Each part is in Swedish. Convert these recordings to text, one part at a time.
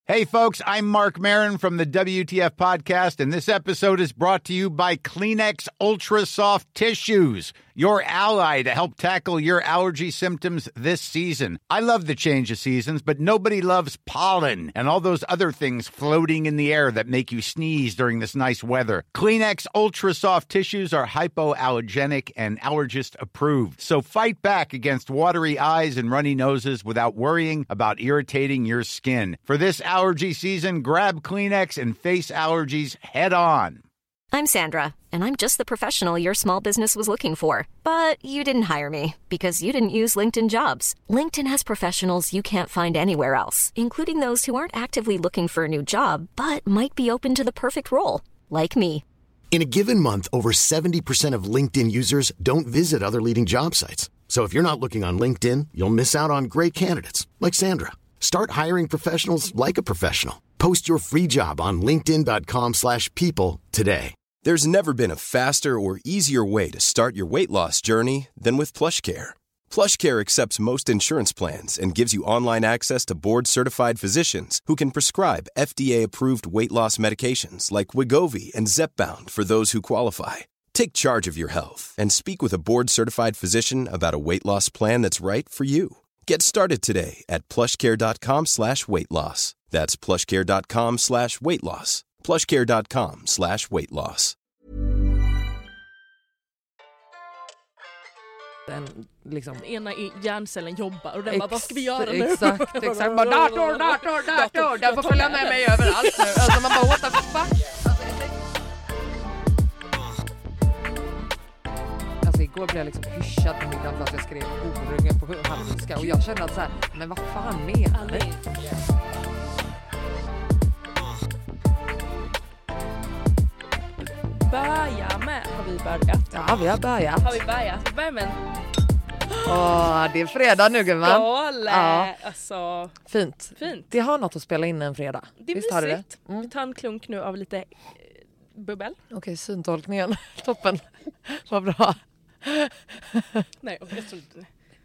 Hey, folks, I'm Mark Maron from the WTF Podcast, and this episode is brought to you by Kleenex Ultra Soft Tissues, your ally to help tackle your allergy symptoms this season. I love the change of seasons, but nobody loves pollen and all those other things floating in the air that make you sneeze during this nice weather. Kleenex Ultra Soft Tissues are hypoallergenic and allergist approved, so fight back against watery eyes and runny noses without worrying about irritating your skin. For this allergy season, grab Kleenex and face allergies head on. I'm Sandra, and I'm just the professional your small business was looking for. But you didn't hire me because you didn't use LinkedIn Jobs. LinkedIn has professionals you can't find anywhere else, including those who aren't actively looking for a new job, but might be open to the perfect role, like me. In a given month, over 70% of LinkedIn users don't visit other leading job sites. So if you're not looking on LinkedIn, you'll miss out on great candidates, like Sandra. Start hiring professionals like a professional. Post your free job on linkedin.com/people today. There's never been a faster or easier way to start your weight loss journey than with PlushCare. PlushCare accepts most insurance plans and gives you online access to board-certified physicians who can prescribe FDA-approved weight loss medications like Wegovy and Zepbound for those who qualify. Take charge of your health and speak with a board-certified physician about a weight loss plan that's right for you. Get started today at plushcare.com/weightloss. That's plushcare.com/weightloss. plushcare.com/weightloss. Liksom. Ena hjärncellen jobbar och den bara, vad ska vi göra nu? Exakt. Bara, dator. Den får följa med mig överallt nu. Alltså man bara, what the fuck? Alltså igår blev jag liksom hyschad på middagen för att jag skrev orungen på halvska. Och jag kände att så här, men vad fan menar du? Börja med, har vi börjat? Ja, vi har börjat. Har vi börjat? Men... det är fredag nu, gumman. Skål! Ja. Alltså... Fint. Det har något att spela in en fredag. Det är visst har mysigt. Det? Vi tar en klunk nu av lite bubbel. Okej, syntolkningen. Toppen. Vad bra. Nej, jag tror inte...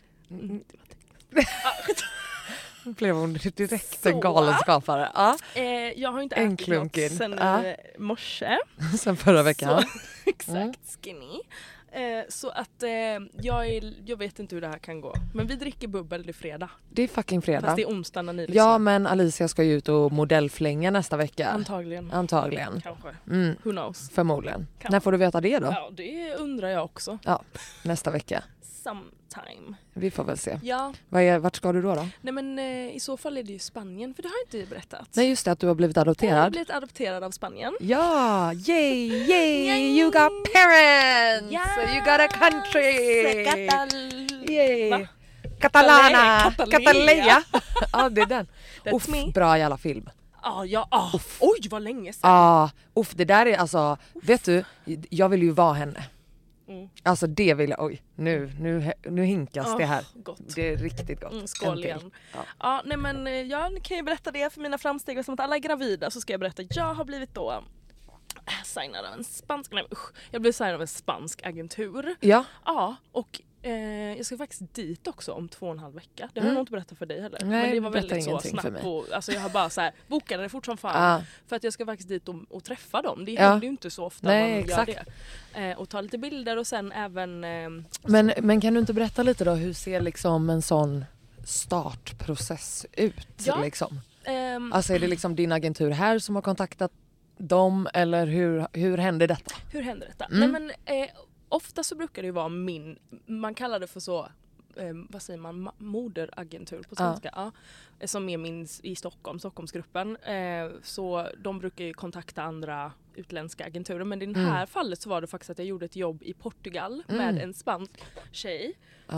Blev hon direkt en galenskapare. Ja. Jag har inte en ätit klunk något sen morse. Sen förra veckan. Så, exakt, skinny. Så att jag vet inte hur det här kan gå. Men vi dricker bubbel, det är fredag. Det är fucking fredag. Fast det är onsdag när ni Ja, men Alicia ska ju ut och modellflänga nästa vecka. Antagligen. Kanske. Who knows? Förmodligen. När får du veta det då? Ja, det undrar jag också. Ja, nästa vecka. Sometime. Vi får väl se. Ja. Vart ska du då? Nej, men i så fall är det ju Spanien, för det har jag inte berättat. Nej, just det, att du har blivit adopterad. Jag har blivit adopterad av Spanien. Ja, yay, you got parents! Yeah. You got a country! Yay! Va? Catalana! Catalina! Ja, det är den. That's me. Bra jävla film. Oj, vad länge sedan. Det där är alltså, vet du, jag vill ju vara henne. Alltså det vill jag, nu hinkas det här. Gott. Det är riktigt gott. Skål igen. Ja, nej men jag kan ju berätta det för mina framsteg, som att alla är gravida, så ska jag berätta, jag har blivit då signad av en jag blev signad av en spansk agentur. Ja. Ja, och jag ska faktiskt dit också om 2,5 veckor. Det har jag nog inte berättat för dig heller. Nej, men det var väldigt så för mig. snabbt. Alltså jag har bara så här, bokade det fort som fan. För att jag ska faktiskt dit och träffa dem. Det händer ju inte så ofta man gör det. Och ta lite bilder och sen även... Men kan du inte berätta lite då, hur ser liksom en sån startprocess ut? Ja. Liksom? Alltså är det liksom din agentur här som har kontaktat dem, eller hur händer detta? Hur händer detta? Nej, men ofta så brukar det ju vara man kallar det för så, vad säger man, moderagentur på svenska, som är min i Stockholmsgruppen. Så de brukar ju kontakta andra utländska agenturer, men i det här fallet så var det faktiskt att jag gjorde ett jobb i Portugal med en spansk tjej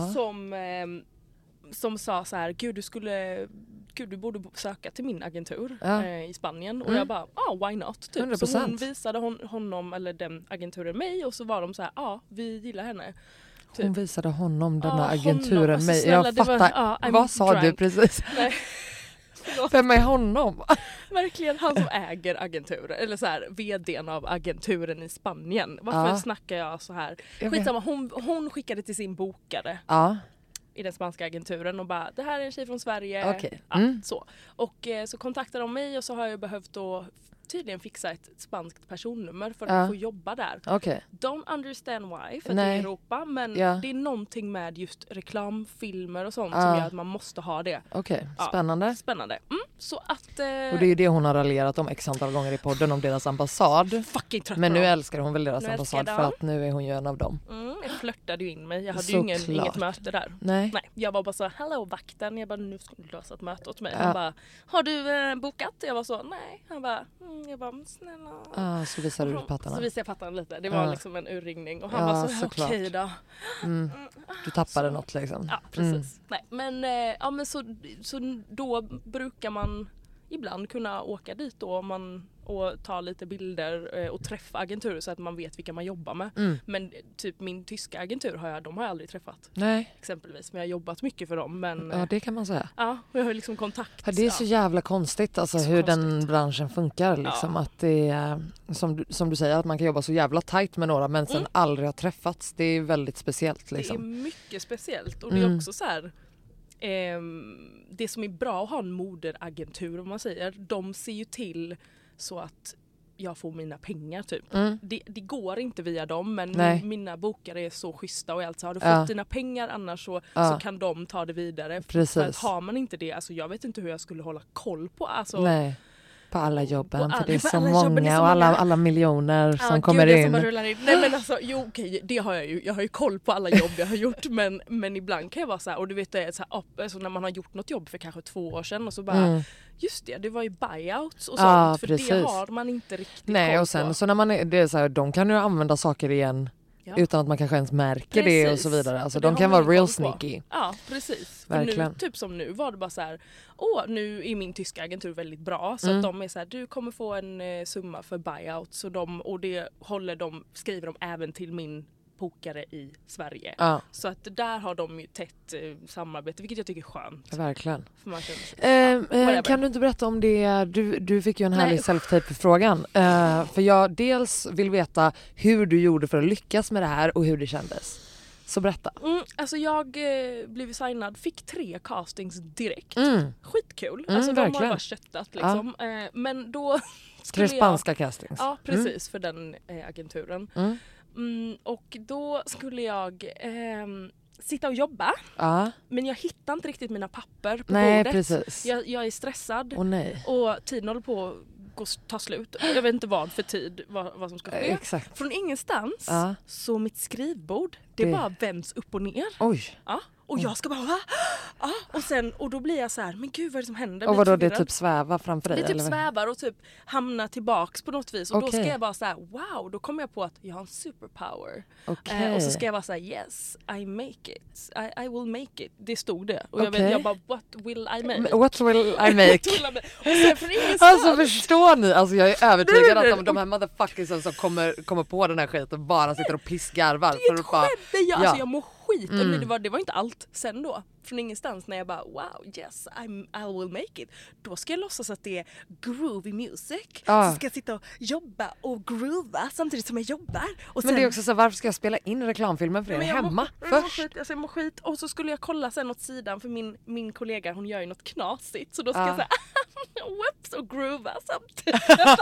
som sa så här, gud du borde söka till min agentur i Spanien. Och jag bara, why not? Typ. 100%. Så hon visade honom, eller den agenturen, mig, och så var de så här, vi gillar henne. Typ. Hon visade honom, denna agenturen, alltså, mig. Snälla, jag fattar. Vad sa du precis? Nej. Vem är honom? Verkligen han som äger agenturen, eller så här, vdn av agenturen i Spanien. Varför snackar jag så här? Skitsamma, hon skickade till sin bokare. i den spanska agenturen och bara, det här är en tjej från Sverige. Okej. Så. Och så kontaktade de mig och så har jag behövt då tydligen fixa ett spanskt personnummer för att få jobba där. Okej. Don't understand why, för att det är Europa, men det är någonting med just reklamfilmer och sånt som gör att man måste ha det. Okej, spännande. Spännande. Så att... Och det är ju det hon har raljerat om x antal gånger i podden, om deras ambassad. Fucking trött. Men nu älskar hon väl deras ambassad för att nu är hon ju en av dem. Jag flörtade ju in mig. Jag hade ju inget möte där. Nej. Jag var bara så, hello vakten. Jag bara, nu ska du lösa ett möte åt mig. Han bara, har du bokat? Jag var så, nej. Han bara, jag bara, snälla. Så visade du pattarna. Så visade jag pattarna lite. Det var liksom en urringning. Och han var så, okej då. Du tappade något liksom. Ja, precis. Nej, men så då brukar man ibland kunna åka dit då och ta lite bilder och träffa agenturer så att man vet vilka man jobbar med. Men typ min tyska agentur de har jag aldrig träffat. Nej. Exempelvis, men jag har jobbat mycket för dem. Men, ja, det kan man säga. Ja, och jag har liksom kontakt. Ja, det är så jävla konstigt alltså, hur den branschen funkar. Liksom, att det är, som du säger, att man kan jobba så jävla tajt med några men sen aldrig har träffats. Det är väldigt speciellt. Liksom. Det är mycket speciellt och det är också så här... det som är bra att ha en moderagentur om man säger, de ser ju till så att jag får mina pengar typ. Det går inte via dem, men mina bokare är så schyssta och allt så har du fått dina pengar annars så kan de ta det vidare. Precis. För att har man inte det, alltså jag vet inte hur jag skulle hålla koll på på alla jobben, för det är så många och alla miljoner som kommer in. Nej men alltså, det har jag ju. Jag har ju koll på alla jobb jag har gjort, men ibland kan jag vara så här, och du vet det är så här, alltså när man har gjort något jobb för kanske 2 år sedan och så bara, just det var ju buyouts och sånt, för precis. det har man inte riktigt koll och sen på. Så när man det är så här, de kan ju använda saker igen. Utan att man kanske ens märker det och så vidare. Alltså de kan vara real sneaky. Ja, precis. Verkligen. För nu, typ som nu var det bara så här, nu är min tyska agentur väldigt bra. Så att de är så här, du kommer få en summa för buyout. Så och det skriver de även till min pokare i Sverige. Så att där har de ju tätt samarbete, vilket jag tycker är skönt. Verkligen. För man känner, kan du inte berätta om det? Du fick ju en härlig self-tape-frågan. För jag dels vill veta hur du gjorde för att lyckas med det här och hur det kändes. Så berätta. Alltså jag blev signad, fick 3 castings direkt. Skitkul. Alltså de har bara köttat liksom. Men då 3 spanska castings. Ja, precis, för den agenturen. Och då skulle jag sitta och jobba. Men jag hittar inte riktigt mina papper på bordet. Precis. Jag är stressad. Nej. Och tiden håller på att ta slut. Jag vet inte vad för tid, vad som ska ske. Exakt. Från ingenstans så mitt skrivbord, det bara vänds upp och ner. Oj. Ja. Och jag ska bara och då blir jag så här, men gud vad är det som händer? Och vadå, det typ svävar framför dig? Det typ svävar och typ hamnar tillbaks på något vis. Och då ska jag bara så här, wow, då kommer jag på att jag har en superpower. Och så ska jag bara säga, yes, I make it. I will make it. Det stod det. Och jag bara, what will I make? What will I make? Och sen för ingenstans. Alltså förstår ni? Alltså jag är övertygad att de här motherfuckers som kommer på den här skiten bara sitter och pissgarvar. Det är ett skämt. Alltså jag mår skit. Det var inte allt sen då. Från ingenstans när jag bara, wow, yes, I will make it. Då ska jag låtsas att det är groovy music. Så ska jag sitta och jobba och groova samtidigt som jag jobbar. Och men det är också så, varför ska jag spela in reklamfilmen för det hemma först? Jag mår skit. Och så skulle jag kolla sen åt sidan, för min kollega, hon gör ju något knasigt. Så då ska jag säga, whoops, och groova samtidigt.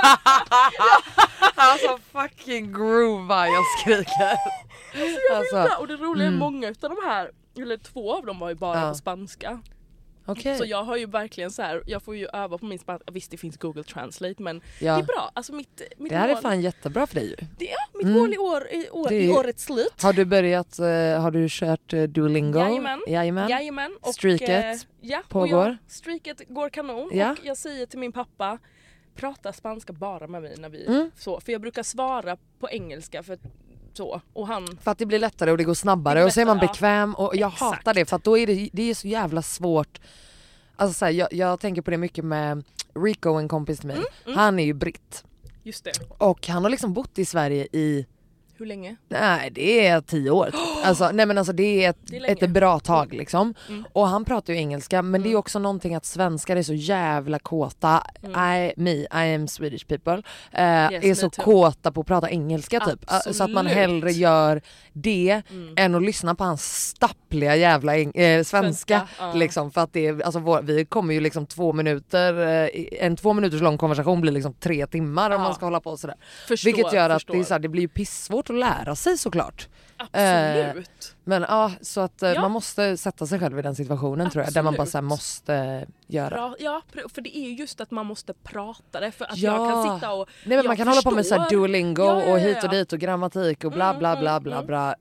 Alltså fucking groova, jag skriker. Alltså. Och det roliga är många utav de här, eller 2 av dem var ju bara på spanska. Så jag har ju verkligen så här, jag får ju öva på min spanska. Visst, det finns Google Translate, men det är bra. Alltså mitt det här är fan jättebra för dig ju. Det är mitt mål i årets slut. Har du kört Duolingo? Jajamän. Och Streaket pågår. Streaket går kanon. Och jag säger till min pappa, prata spanska bara med mig när vi så. För jag brukar svara på engelska för att det blir lättare och det går snabbare och så är man bekväm och jag hatar det för att då är det är så jävla svårt. Alltså så här, jag tänker på det mycket med Rico, en kompis till mig. Han är ju britt. Just det. Och han har liksom bott i Sverige i... Hur länge? Nej, det är 10 år typ. Alltså, nej men alltså det är ett bra tag liksom. Och han pratar ju engelska, men det är också någonting att svenskar är så jävla kåta. I am Swedish people. Är så kåta på att prata engelska typ. Så att man hellre gör det än att lyssna på hans stappliga jävla svenska. Liksom, för att det är, alltså, vi kommer ju liksom 2 minuter, en 2 minuters lång konversation blir liksom 3 timmar om man ska hålla på sådär. Vilket gör att det, är så här, det blir ju pissvårt att lära sig såklart. Absolut. Men ja, så att man måste sätta sig själv i den situationen tror jag. Där man bara så här, måste göra. Ja, för det är just att man måste prata det. För att jag kan sitta och... Nej, men man kan hålla på med så här Duolingo och hit och dit och grammatik och bla bla bla bla bla.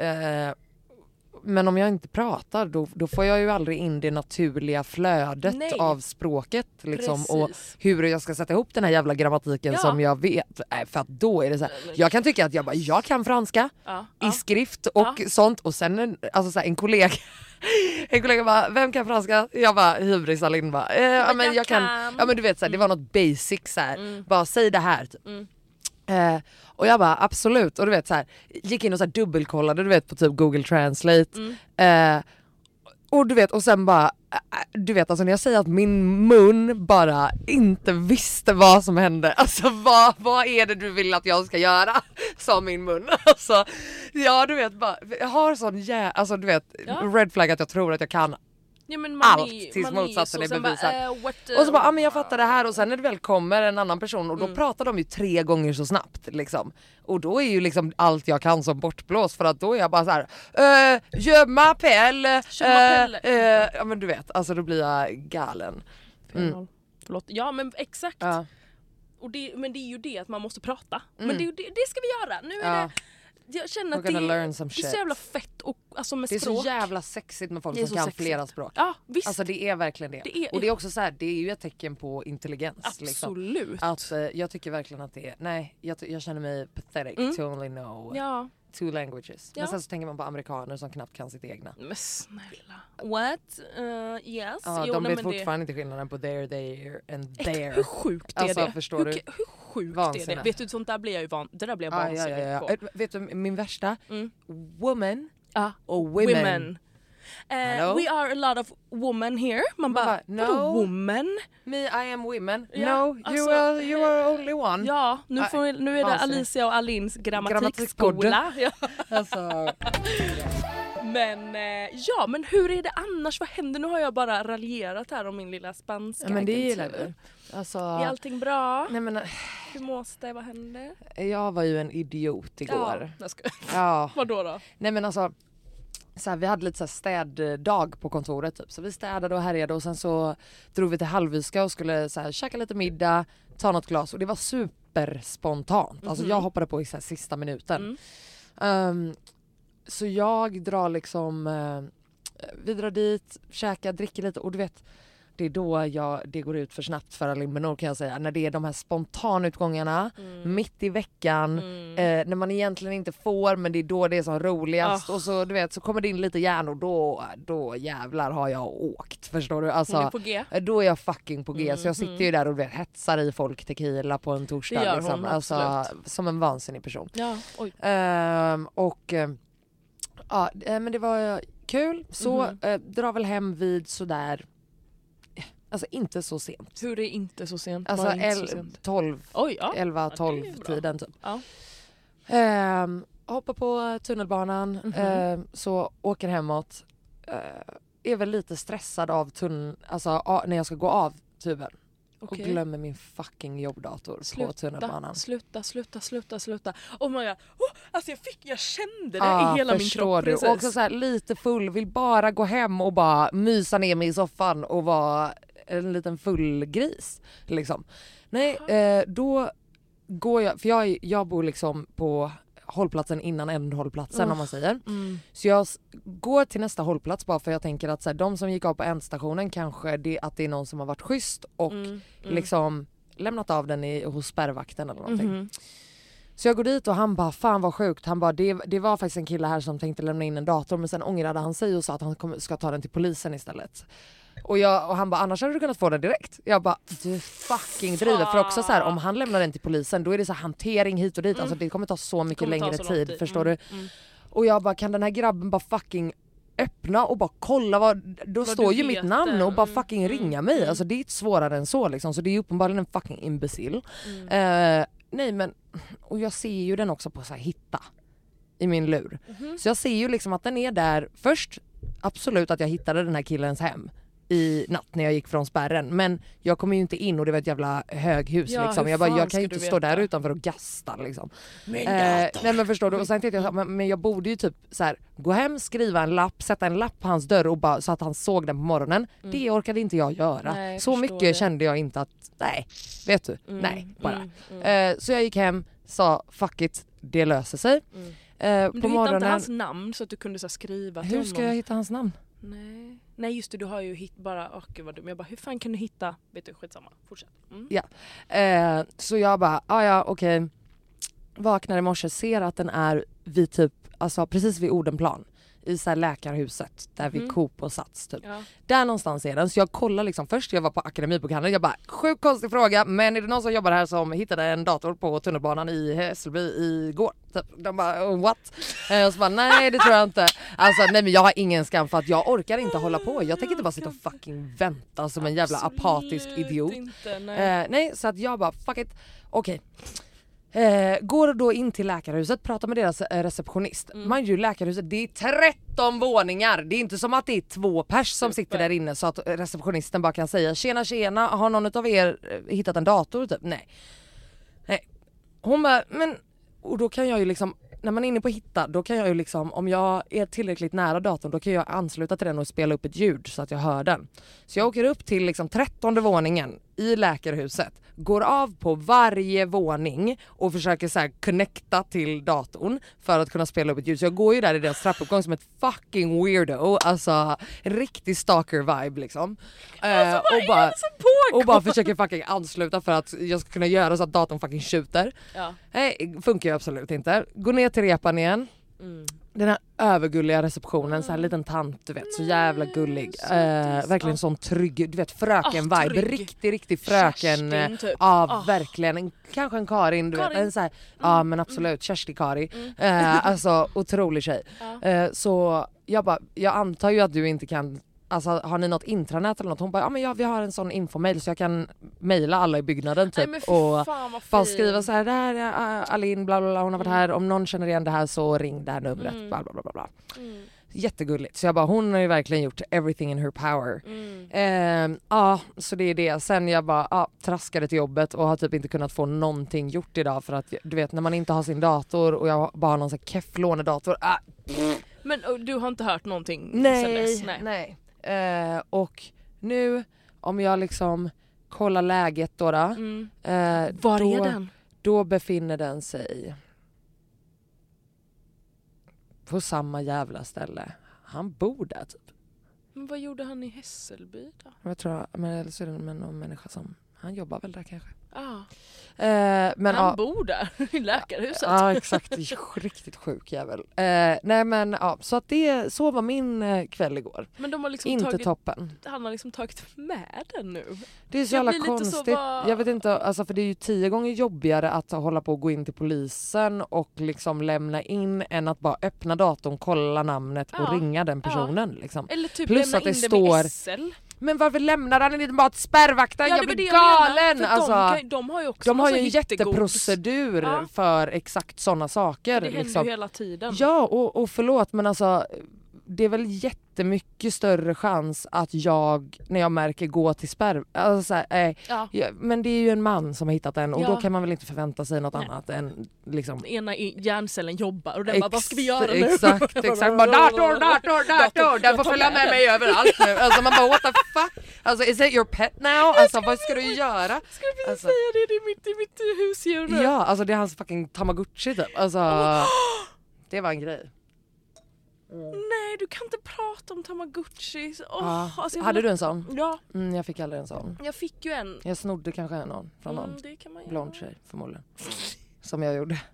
Men om jag inte pratar då får jag ju aldrig in det naturliga flödet av språket liksom, och hur jag ska sätta ihop den här jävla grammatiken som jag vet. För att då är det så här, jag kan tycka att jag kan franska i skrift och sånt, och sen alltså så här, en kollega bara, vem kan franska? Jag bara, hybris Alin bara, men jag kan. Ja men du vet så här, det var något basic så här. Bara säg det här typ. Och jag bara absolut, och du vet så här, gick in och så här dubbelkollade, du vet, på typ Google Translate. Och du vet, och sen bara du vet, alltså när jag säger att min mun bara inte visste vad som hände. Alltså vad är det du vill att jag ska göra? Sa min mun. Alltså ja, du vet, bara jag har sån alltså du vet, red flag att jag tror att jag kan allt tills motsatsen är bevisad. Och så bara, men jag fattar det här, och sen när det väl kommer en annan person och då pratar de ju 3 gånger så snabbt liksom. Och då är ju liksom allt jag kan som bortblås, för att då är jag bara så här, je m'appelle, ja men du vet, alltså då blir jag galen. Förlåt. Ja men exakt. Och men det är ju det att man måste prata. Men det ska vi göra. Nu är det. Jag känner att det är så jävla fett och, alltså, med det är språk. Så jävla sexigt med folk som kan flera språk. Ja, visst. Alltså det är verkligen det. Och det är också så här, det är ju ett tecken på intelligens. Absolut. Liksom. Att jag tycker verkligen att det är, nej, jag känner mig pathetic to only know 2 languages. Men sen så tänker man på amerikaner som knappt kan sitt egna. Men snälla. What? Yes. Ja, de vet fortfarande inte skillnaden på there, there and there. Hur sjukt är alltså, det? Förstår du? Hur sjukt är det? Vet du, sånt där blir jag ju det där blir jag vansinnig på. Vet du, min värsta? Woman och women. We are a lot of women here. Man bara, no woman. Me, I am women. No, you are only one. Ja, nu är det Alicia och Alins grammatikskola. Alltså. Men hur är det annars? Vad händer? Nu har jag bara raljerat här om min lilla spanska. Men det gillar vi. Alltså, är allting bra? Nej, men, hur mås det? Vad händer? Jag var ju en idiot igår. Vadå då? Nej men alltså, så här, vi hade lite så här städdag på kontoret typ. Så vi städade och härjade, och sen så drog vi till Hallwyska och skulle så här, käka lite middag, ta något glas, och det var superspontant. Alltså jag hoppade på i så här, sista minuten. Så jag drar liksom vi drar dit, käkar, dricker lite, och du vet, det är då det går ut för snabbt för Alimbenor, kan jag säga. När det är de här spontanutgångarna mitt i veckan, när man egentligen inte får, men det är då det är som roligast. Och så du vet, så kommer det in lite järn, och då jävlar har jag åkt, förstår du? Alltså, hon är på G. Då är jag fucking på G. Så jag sitter ju där och hetsar i folk tequila på en torsdag. Det gör liksom. hon, alltså, som en vansinnig person. Ja, oj. Men det var kul. Så drar väl hem vid sådär, alltså inte så sent. Hur är inte så sent? Alltså 11-12 tiden typ. Hoppar på tunnelbanan, så åker hemåt. Är väl lite stressad av när jag ska gå av tuben. Och glömmer min fucking jobbdator på tunnelbanan. Sluta. Oh my god. Alltså jag kände det i hela min kropp. Du. Och också så här, lite full, vill bara gå hem och bara mysa ner mig i soffan och vara en liten full gris liksom. Nej, då går jag, för jag bor liksom på hållplatsen innan ändhållplatsen om man säger. Så jag går till nästa hållplats bara för jag tänker att så här, de som gick av på ändstationen kanske att det är någon som har varit schysst och liksom lämnat av den hos spärrvakten eller någonting. Så jag går dit och han bara, fan vad sjukt. Han bara, det var faktiskt en kille här som tänkte lämna in en dator, men sen ångrade han sig och sa att han ska ta den till polisen istället. Och han bara, annars hade du kunnat få den direkt. Jag bara, du fucking driver. För också så här, om han lämnar den till polisen, då är det så här hantering hit och dit. Alltså det kommer ta så mycket längre tid, förstår du? Och jag bara, kan den här grabben bara fucking öppna och bara kolla vad står ju mitt namn och bara fucking ringa mig. Alltså det är inte svårare än så liksom. Så det är uppenbarligen en fucking imbecil. Nej men, och jag ser ju den också på så här hitta i min lur. Så jag ser ju liksom att den är där först. Absolut att jag hittade den här killens hem i natt när jag gick från spärren. Men jag kom ju inte in och det var ett jävla höghus liksom. Jag kan ju inte stå där utanför och gasta liksom. Nej men förstår du? Och sen tänkte jag men jag borde ju typ så här, gå hem, skriva en lapp, sätta en lapp på hans dörr och bara, så att han såg den på morgonen. Det orkade inte jag göra. Nej, så mycket det. Kände jag inte att, nej, vet du? Nej, bara. Så jag gick hem, sa fuck it, det löser sig. Men du hittade inte hans namn så att du kunde så skriva till honom? Hur ska jag hitta hans namn? Nej just det, du har ju bara, gud vad dum. Jag bara, hur fan kan du hitta? Vet du, skitsamma, fortsätt. Ja, så jag bara, okej. Vaknar i morse, ser att den är vid typ, alltså precis vid Odenplan. I så här läkarhuset där vi Coop och Sats typ. Ja. Där någonstans är den. Så jag kollar liksom först, jag var på Akademibokhandeln. Jag bara, sjukt konstig fråga. Men är det någon som jobbar här som hittade en dator på tunnelbanan i Hässelby igår? Typ. De bara, what? Och så bara, nej det tror jag inte. Alltså nej men jag har ingen skam för att jag orkar inte hålla på. Jag tänker inte bara sitta och fucking vänta som en jävla apatisk idiot. Inte, nej så att jag bara, fuck it. Okej. Går då in till läkarhuset, pratar med deras receptionist. Man ju läkarhuset, det är 13 våningar. Det är inte som att det är 2 pers som sitter där inne så att receptionisten bara kan säga tjena, har någon av er hittat en dator typ? Nej. Hon bara, men och då kan jag ju liksom, när man är inne på hitta, då kan jag ju liksom, om jag är tillräckligt nära datorn, då kan jag ansluta till den och spela upp ett ljud så att jag hör den. Så jag åker upp till liksom 13:e våningen i läkarhuset, går av på varje våning och försöker så här connecta till datorn för att kunna spela upp ett ljud. Så jag går ju där i deras trappuppgång som ett fucking weirdo, alltså riktig stalker vibe liksom. Och bara försöker fucking ansluta för att jag ska kunna göra så att datorn fucking skjuter. Nej, funkar ju absolut inte. Gå ner till repan igen. Den här övergulliga receptionen, så här liten tant, du vet, så jävla gullig. Verkligen sån trygg, du vet, fröken-vibe. Riktig fröken. Typ. Verkligen. Kanske en Karin, du vet. En så här, men absolut, Kersti-Kari. Alltså, otrolig tjej. Så jag antar ju att du inte kan. Alltså har ni något intranät eller något? Hon bara, men vi har en sån infomail så jag kan mejla alla i byggnaden typ. Och bara skriva så här, där är Alin, bla bla bla, hon har varit här. Om någon känner igen det här så ring det här numret, bla bla bla bla. Jättegulligt. Så jag bara, hon har ju verkligen gjort everything in her power. Så det är det. Sen jag bara traskade till jobbet och har typ inte kunnat få någonting gjort idag för att du vet, när man inte har sin dator och jag bara har någon sån här keff lånedator. Men du har inte hört någonting sen dess? Nej. Och nu om jag liksom kollar läget då var är den? Då befinner den sig på samma jävla ställe. Han bor där typ. Men vad gjorde han i Hässelby då? Jag tror, men eller så är det med någon människa som, han jobbar väl där kanske. Men han bor där i läkarhuset. Ja, exakt. Riktigt sjuk jävel. Nej men så att så var min kväll igår. Men de har liksom inte toppen. Han har liksom tagit med den nu. Det är så jävla konstigt. Jag vet inte, alltså för det är ju 10 gånger jobbigare att hålla på och gå in till polisen och liksom lämna in än att bara öppna datorn, kolla namnet och ringa den personen liksom. Eller typ plus lämna att det in står SL. Men varför lämnar han inte bara ett spärrvakta? Jag blir galen! Alltså, de har ju en jätteprocedur för exakt sådana saker. Det händer ju hela tiden. Ja, och förlåt men alltså det är väl jättemycket större chans att jag, när jag märker, gå till spärr. Alltså, men det är ju en man som har hittat den och då kan man väl inte förvänta sig något annat än liksom... Ena i hjärncellen jobbar och den bara, vad ska vi göra nu? Exakt. Bara, dator, den får följa med mig överallt nu. Alltså man bara, what the fuck? Alltså, is it your pet now? Alltså, vad ska du göra? Ska vi säga det? Det är mitt husdjur nu. Ja, alltså det är hans fucking Tamagotchi typ. Alltså, det var en grej. Nej, du kan inte prata om Tamagotchi. Alltså, hade du en sån? Ja. Jag fick aldrig en sån. Jag fick ju en. Jag snodde kanske någon från någon. Det kan man blond tjej förmodligen. Som jag gjorde.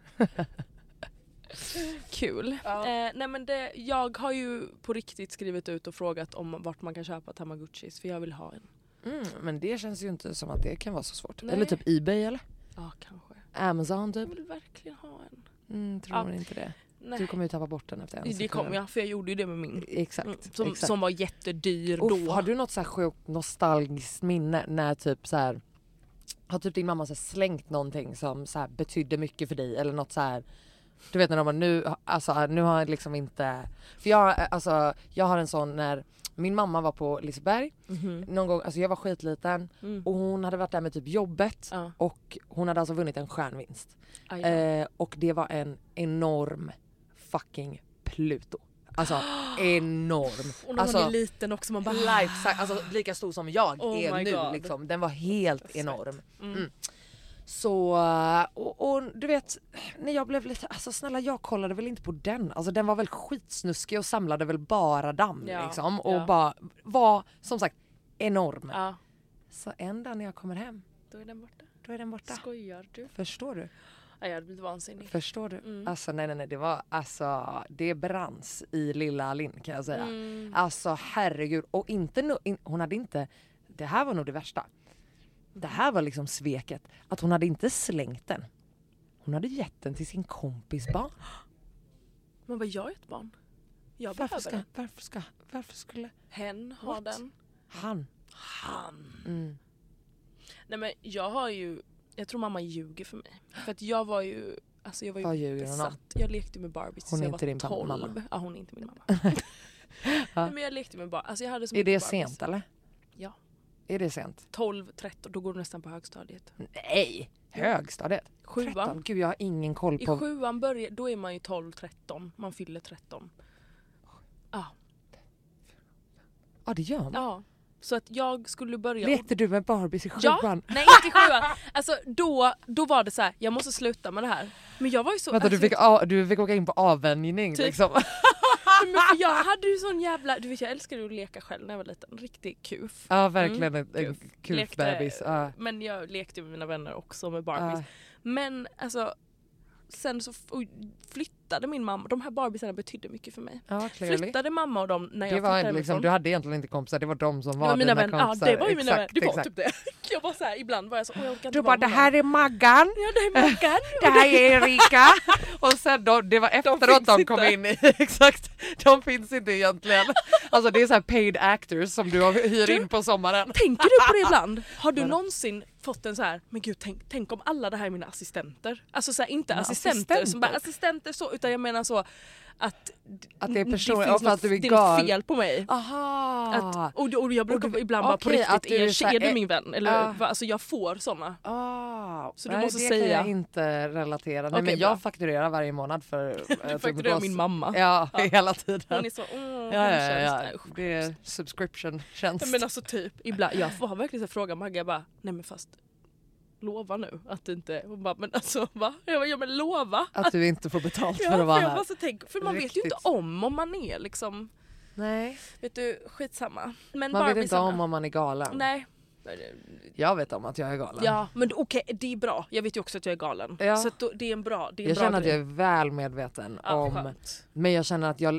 Kul. Nej men jag har ju på riktigt skrivit ut och frågat om vart man kan köpa Tamagotchis för jag vill ha en. Men det känns ju inte som att det kan vara så svårt. Nej. Eller typ eBay eller? Ja, kanske. Amazon typ. Jag vill verkligen ha en. Tror man inte det. Du kommer ju tappa bort den efter en sekund. Det kommer jag, för jag gjorde ju det med min. Exakt. Som var jättedyr då. Har du något så här sjukt nostalgiskt minne när typ så här, har typ din mamma så här slängt någonting som så här betydde mycket för dig eller något så här, du vet när de var nu har jag liksom inte, för jag har en sån när min mamma var på Liseberg någon gång, alltså jag var skitliten och hon hade varit där med typ jobbet och hon hade alltså vunnit en stjärnvinst. Och det var en enorm fucking Pluto. Alltså enorm. Och när man är liten också, man bara alltså lika stor som jag är nu God. liksom. Den var helt enorm. Så och du vet när jag blev lite, alltså snälla, jag kollade väl inte på den. Alltså den var väl skitsnuskig och samlade väl bara damm liksom och bara var som sagt enorm. Ja. Så en dag när jag kommer hem, Då är den borta. Skojar du? Förstår du? Ja, jag hade blivit vansinnig. Förstår du? Alltså nej, det var alltså det branns i lilla Linn kan jag säga. Alltså herregud, och inte hon hade inte, det här var nog det värsta. Det här var liksom sveket, att hon hade inte slängt den. Hon hade gett den till sin kompis barn. Men vad jag är ett barn? Jag behöver den. Varför skulle Hen ha den? Han. Nej men jag tror mamma ljuger för mig. För att jag var ju besatt. Jag lekte med Barbie tills jag var 12. Mamma. Ja, hon är inte min mamma. Nej, men jag lekte med Barbie. Alltså jag hade så är det Barbies. Sent eller? Ja. Är det sent? 12, 13, då går du nästan på högstadiet. Nej, högstadiet? 7:an. 13, gud jag har ingen koll på. I 7:an börjar, då är man ju 12, 13. Man fyller 13. Ja. Ja, det gör man. Ja. Så att jag skulle börja... Lekte du med Barbies i 7:an? Ja, nej inte i 7:an. Alltså då var det så här, jag måste sluta med det här. Men jag var ju så... Vänta, alltså, du fick åka in på avvänjning typ. liksom. Men för jag hade ju sån jävla... Du vet, jag älskade att leka själv när jag var liten. Riktig kuf. Ja, verkligen en kuf-bebis. Men jag lekte med mina vänner också med Barbies. Men alltså... Sen så flyttade min mamma, de här Barbiesarna betydde mycket för mig. Ja, flyttade mamma och dem när jag flyttade hemifrån. Liksom, du hade egentligen inte kompisar, det var de som var mina dina kompisar. Ja, det var ju mina vänner. Det var exakt. typ det. Jag var så här, ibland var jag så, jag orkar inte du vara bara, med det här är Maggan. Ja, det är Maggan. Det här är Erika. Och sen det var efteråt de kom in i, exakt, de finns inte egentligen. Alltså det är så här paid actors som du hyr in på sommaren. Tänker du på det ibland? Har du någonsin fått en så här, men gud, tänk om alla det här är mina assistenter. Alltså så här, inte assistenter som bara assistenter så, utan jag menar så att det är personer, det finns och att du är det gal. är fel på mig. Aha. Och jag brukar ibland bara på riktigt, är du min vän? Eller, alltså jag får såna. Så du måste det säga. Kan jag inte relatera. Nej, men jag fakturerar varje månad för... Du fakturerar min mamma. Ja, hela tiden. Hon är så, ja. Det är subscription-tjänst. Men alltså typ, ibland, jag får verkligen så fråga Magga bara, nej men fast lova nu att du inte, hon bara, men alltså va? Jag bara, men lova. Att du inte får betalt för att vara här. För man vet ju inte om man är liksom, nej. Vet du, skitsamma. Men man vet inte om man är galen. Nej. Jag vet om att jag är galen. Ja, men okej, det är bra. Jag vet ju också att jag är galen. Ja. Så att det är en bra jag känner att jag är väl medveten om. Skönt. Men jag känner att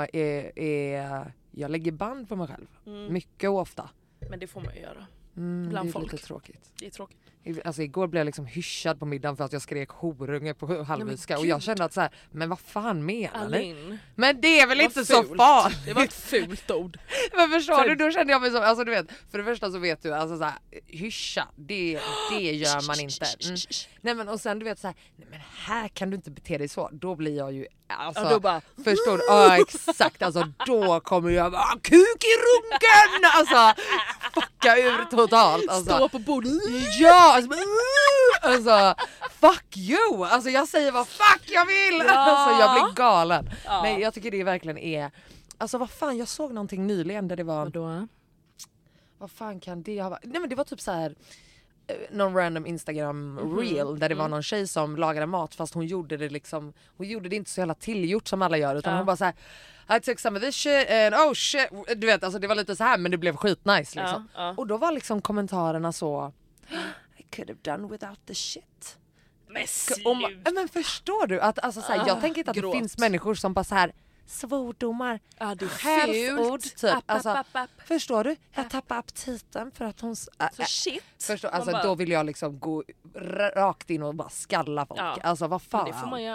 jag lägger band på mig själv. Mycket och ofta. Men det får man ju göra. Det är folk. Lite tråkigt. Det är tråkigt. Alltså igår blev jag liksom hyschad på middagen för att jag skrek horunge på halvviska och jag kände att så här, men vad fan menar ni? Men det är väl inte så farligt. Det var ett fult ord. Men förstår du, då kände jag mig så, alltså du vet, för det första så vet du, alltså så här, hyscha, det gör man inte. Nej men och sen du vet så här, nej men här kan du inte bete dig så, då blir jag ju alltså, då bara, förstår du? Ja exakt, alltså då kommer jag bara kuk i runken, alltså fucka ur totalt, alltså. Stå på bordet. Ja, alltså fuck you, alltså jag säger vad fuck jag vill, alltså jag blir galen. Nej, jag tycker det verkligen är, alltså vad fan, jag såg någonting nyligen där det var, vadå? Vad fan kan det ha varit? Nej men det var typ så här någon random Instagram reel där det var någon tjej som lagade mat fast hon gjorde det liksom, hon gjorde det inte så jävla tillgjort som alla gör utan hon bara så här, I took some of this shit and oh shit, du vet, alltså det var lite så här men det blev skitnice liksom. Och då var liksom kommentarerna så, I could have done without the shit. Men förstår du att alltså så här, jag tänker inte att det finns människor som bara så här svordomar, skällsord typ. Alltså, förstår du? Jag tappar aptiten för att hon... shit. Förstår, alltså, då vill jag liksom gå rakt in och bara skalla folk. Alltså vad fan. Men det får man göra.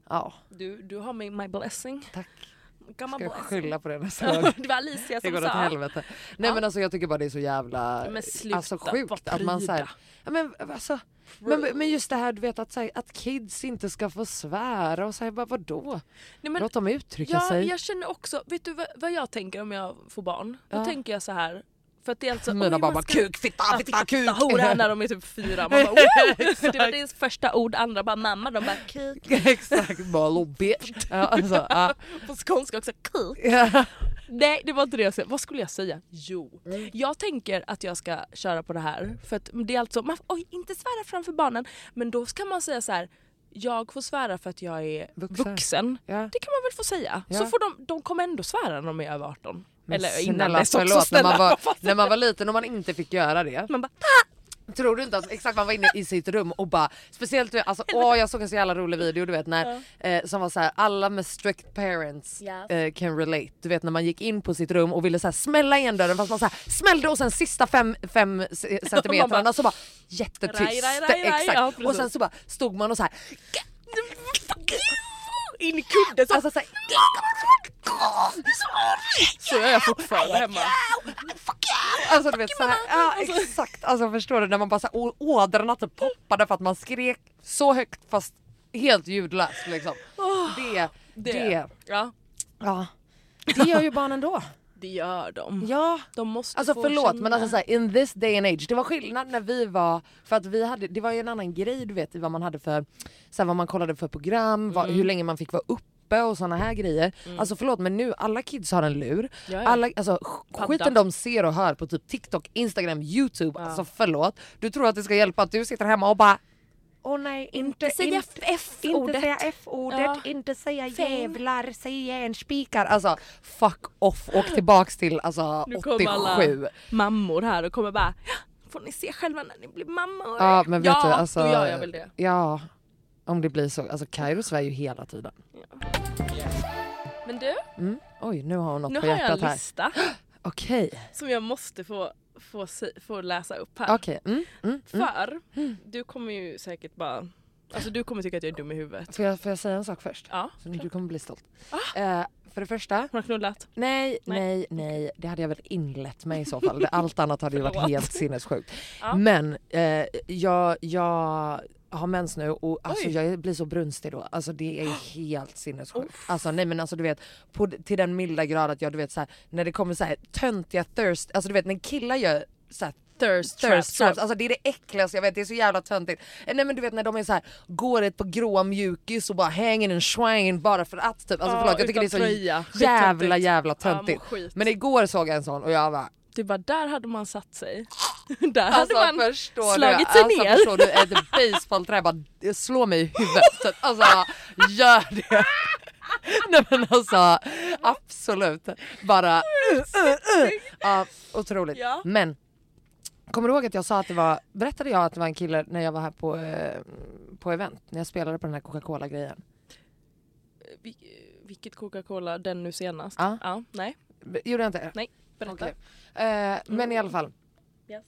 Ja. Du har my blessing. Tack. Ska jag skylla på det nästa gång. Det var Alicia som det går sa. Åt helvete. Nej men alltså jag tycker bara det är så jävla alltså sjukt att man säger. Ja men alltså men just det här du vet att kids inte ska få svära och säga bara vadå? Nej, men, låt dem uttrycka sig. Ja, jag känner också, vet du vad jag tänker om jag får barn? Då tänker jag så här. För att det är alltså mina bara kuk, fitta, kuk. Hora när de är typ 4. Man bara, det var deras första ord, andra bara mamma, de bara kuk. Exakt, bara little bitch. Ja, alltså, på skånska också, kuk. Nej, det var inte det jag sa. Vad skulle jag säga? Jo, jag tänker att jag ska köra på det här. För att det är alltså, inte svära framför barnen. Men då ska man säga så här. Jag får svära för att jag är vuxen. Ja. Det kan man väl få säga. Ja. Så får de kommer ändå svära när de är över 18. Men eller innan dess också, förlåt, när man var liten och man inte fick göra det. Man bara tror du inte att exakt man var inne i sitt rum och bara speciellt alltså jag såg en så jävla rolig video du vet när som var så här alla med strict parents can relate. Du vet när man gick in på sitt rum och ville så här smälla igen dörren fast man så här smällde och sen sista 5 centimeterna så bara jättetyst. Exakt. Och sen så bara stod man och så här in i kudden alltså så här, så är jag fortfarande hemma. Alltså du vet så här, ja exakt. Alltså förstår du när man bara så här, ådrarna typ poppade för att man skrek så högt fast helt ljudlöst liksom. Det. Ja. Det gör ju barnen då. Det gör de. Ja. De måste alltså få förlåt känna. men alltså så här, in this day and age det var skillnad när vi var för att vi hade det var ju en annan grej du vet vad man hade för så här, vad man kollade för program, hur länge man fick vara uppe och såna här grejer. Alltså förlåt men nu alla kids har en lur. Alla alltså skiten de ser och hör på typ TikTok, Instagram, YouTube. Alltså förlåt. Du tror att det ska hjälpa att du sitter hemma och bara nej, inte säga F-ordet, inte säga jävlar, säga en spikar. Alltså, fuck off. Åk tillbaks till alltså, nu 87. kommer alla mammor här och kommer bara, får ni se själva när ni blir mammor? Ja, men vet du, alltså, då gör jag väl det. Ja, om det blir så. Alltså, Kairo svär ju hela tiden. Ja. Men du? Oj, nu har hon något nu på hjärtat här. Nu har jag en lista. Okej. Som jag måste få läsa upp här. Okej. För du kommer ju säkert bara alltså du kommer tycka att jag är dum i huvudet. Får jag säga en sak först? Ja. Så du kommer bli stolt. För det första. Har du knullat? Nej. Det hade jag väl inlett med i så fall. Allt annat hade ju varit helt sinnessjukt. Ja. Men jag har mens nu och alltså jag blir så brunstig då. Alltså det är helt sinnessjukt. Alltså nej men alltså du vet till den milda grad att jag du vet så här när det kommer så här töntiga thirst alltså du vet när killar gör så här thirst traps. Alltså det är det äckligaste jag vet, det är så jävla töntigt. Nej men du vet när de är så här går ett på grå mjukis och bara hänger en swine bara för att typ alltså förlåt jag tycker det är så jävla töntigt. Men igår såg jag en sån och jag bara det var där hade man satt sig. Där alltså, hade man slagit sig ner. Förstår du, ett baseballträ bara slå mig i huvudet. Alltså, gör det. Nej men alltså, absolut. Bara, otroligt. Ja. Men, kommer du ihåg att jag sa att det var, berättade jag att det var en kille när jag var här på event, när jag spelade på den här Coca-Cola-grejen? Vilket Coca-Cola, den nu senast? Ja, nej. Gjorde jag inte? Nej, berätta. Okay. Men i alla fall. Yes.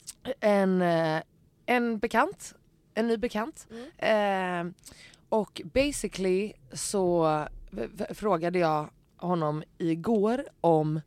En bekant, en ny bekant. Och basically så frågade jag honom igår om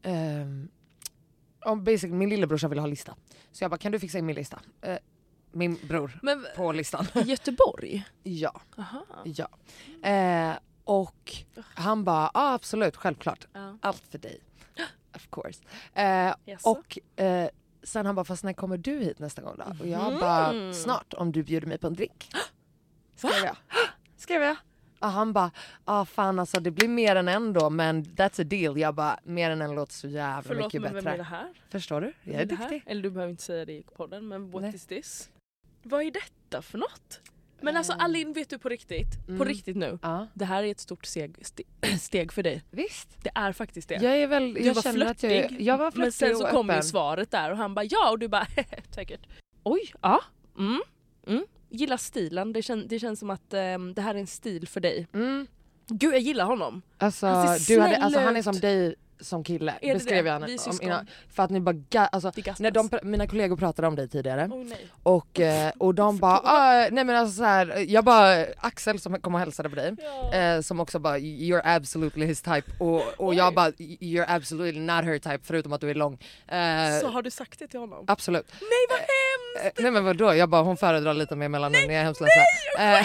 basically min lillebrorsa ville ha lista. Så jag bara, kan du fixa in min lista? Min bror på listan. Göteborg? Ja. Aha. Ja. Och han bara, absolut, självklart. Allt för dig. Of course. Och sen han bara, fast när kommer du hit nästa gång då? Och jag bara, snart om du bjuder mig på en drink. Skrev jag. Och han bara, fan alltså det blir mer än en då, men that's a deal. Jag bara, mer än en låter så jävla mycket bättre. Vem är det här? Förstår du? Jag är duktig. Eller du behöver inte säga det i podden, men what is this? Vad är detta för något? Men alltså Alin, vet du på riktigt? På riktigt nu. Det här är ett stort steg för dig. Visst. Det är faktiskt det. Jag var flörtig. Jag var flörtig. Men sen så kom ju svaret där och han bara ja och du bara säkert. Oj, ja. Gillar stilen. Det känns som att det här är en stil för dig. Gud, jag gillar honom. Alltså, han han är som dig som kille, Är det beskrev det? jag Vi är henne syskon. för att ni bara alltså, när mina kollegor pratade om dig tidigare och de bara nej men alltså så här, jag bara Axel som kom och hälsade på dig som också bara you're absolutely his type och jag bara you're absolutely not her type förutom att du är lång. Så har du sagt det till honom? Absolut. Nej vad hemskt! Nej men vadå, jag bara hon föredrar lite mer melanin, jag är hemskt ledsen. Nej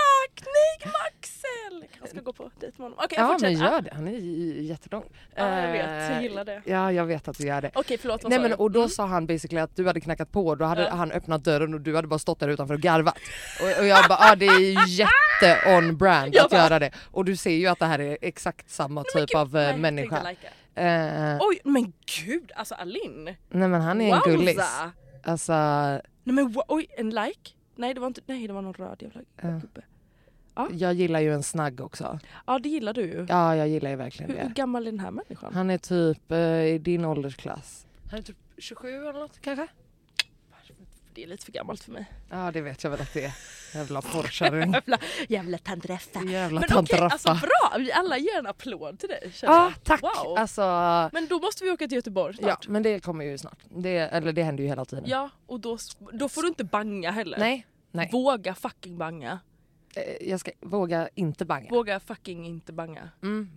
Axel! Jag ska gå på dejt med honom. Okej, ja men gör det, han är jättelång. Ja jag vet, jag gillar det. Ja jag vet att du gör det. Okej förlåt, vad nej, sa men, du? och då sa han basically att du hade knackat på och då hade han öppnat dörren och du hade bara stått där utanför och garvat. Och jag bara det är ju jätte on brand att göra det. Och du ser ju att det här är exakt samma typ av människa. Oj men gud, alltså Alin. Nej men han är en gullis. Alltså nej men oj, en like? Nej det var någon röd jävla gubbe. Ja. Jag gillar ju en snagg också. Ja det gillar du ju. Ja jag gillar ju verkligen det. Hur gammal är den här människan? Han är typ i din åldersklass. Han är typ 27 eller något kanske? Det är lite för gammalt för mig. Ja det vet jag väl att det är. Jävla porrkärring. Jävla tantreffa. Jävla men tantreffa. Okej, alltså bra. Vi alla ger en applåd till dig. Ja tack. Wow. Alltså, men då måste vi åka till Göteborg snart. Ja men det kommer ju snart. Det händer ju hela tiden. Ja och då får du inte banga heller. Nej. Våga fucking banga. Jag ska våga inte banga. Våga fucking inte banga.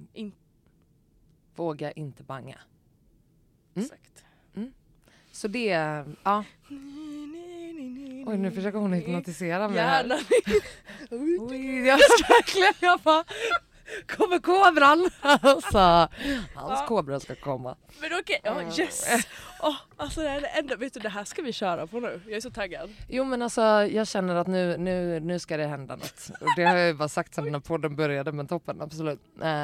Våga inte banga. Exakt. Så det, ja. Oj, nu försöker hon hypnotisera mig här. Oj, jag bara, kommer kobran? Alltså, hans kobra ska komma. Men okej, yes. Alltså det är det enda, vet du, det här ska vi köra på nu. Jag är så taggad. Jo men alltså, jag känner att nu ska det hända något. Och det har jag ju bara sagt sedan när podden började, men toppen, absolut.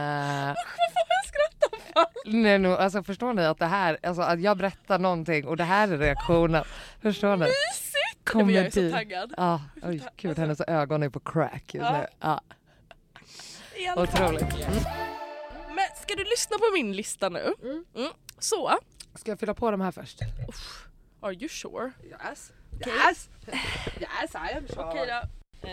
Nej, nu, alltså förstår ni att det här, alltså att jag berättar någonting och det här är reaktionen. Förstår ni? Mysigt! Men jag är så taggad. Ja, oj gud, hennes ögon är på crack just nu. Ja. Otroligt. Men ska du lyssna på min lista nu? Så. Ska jag fylla på dem här först? Are you sure? Yes. Yes. Yes, I am sure. Okej då.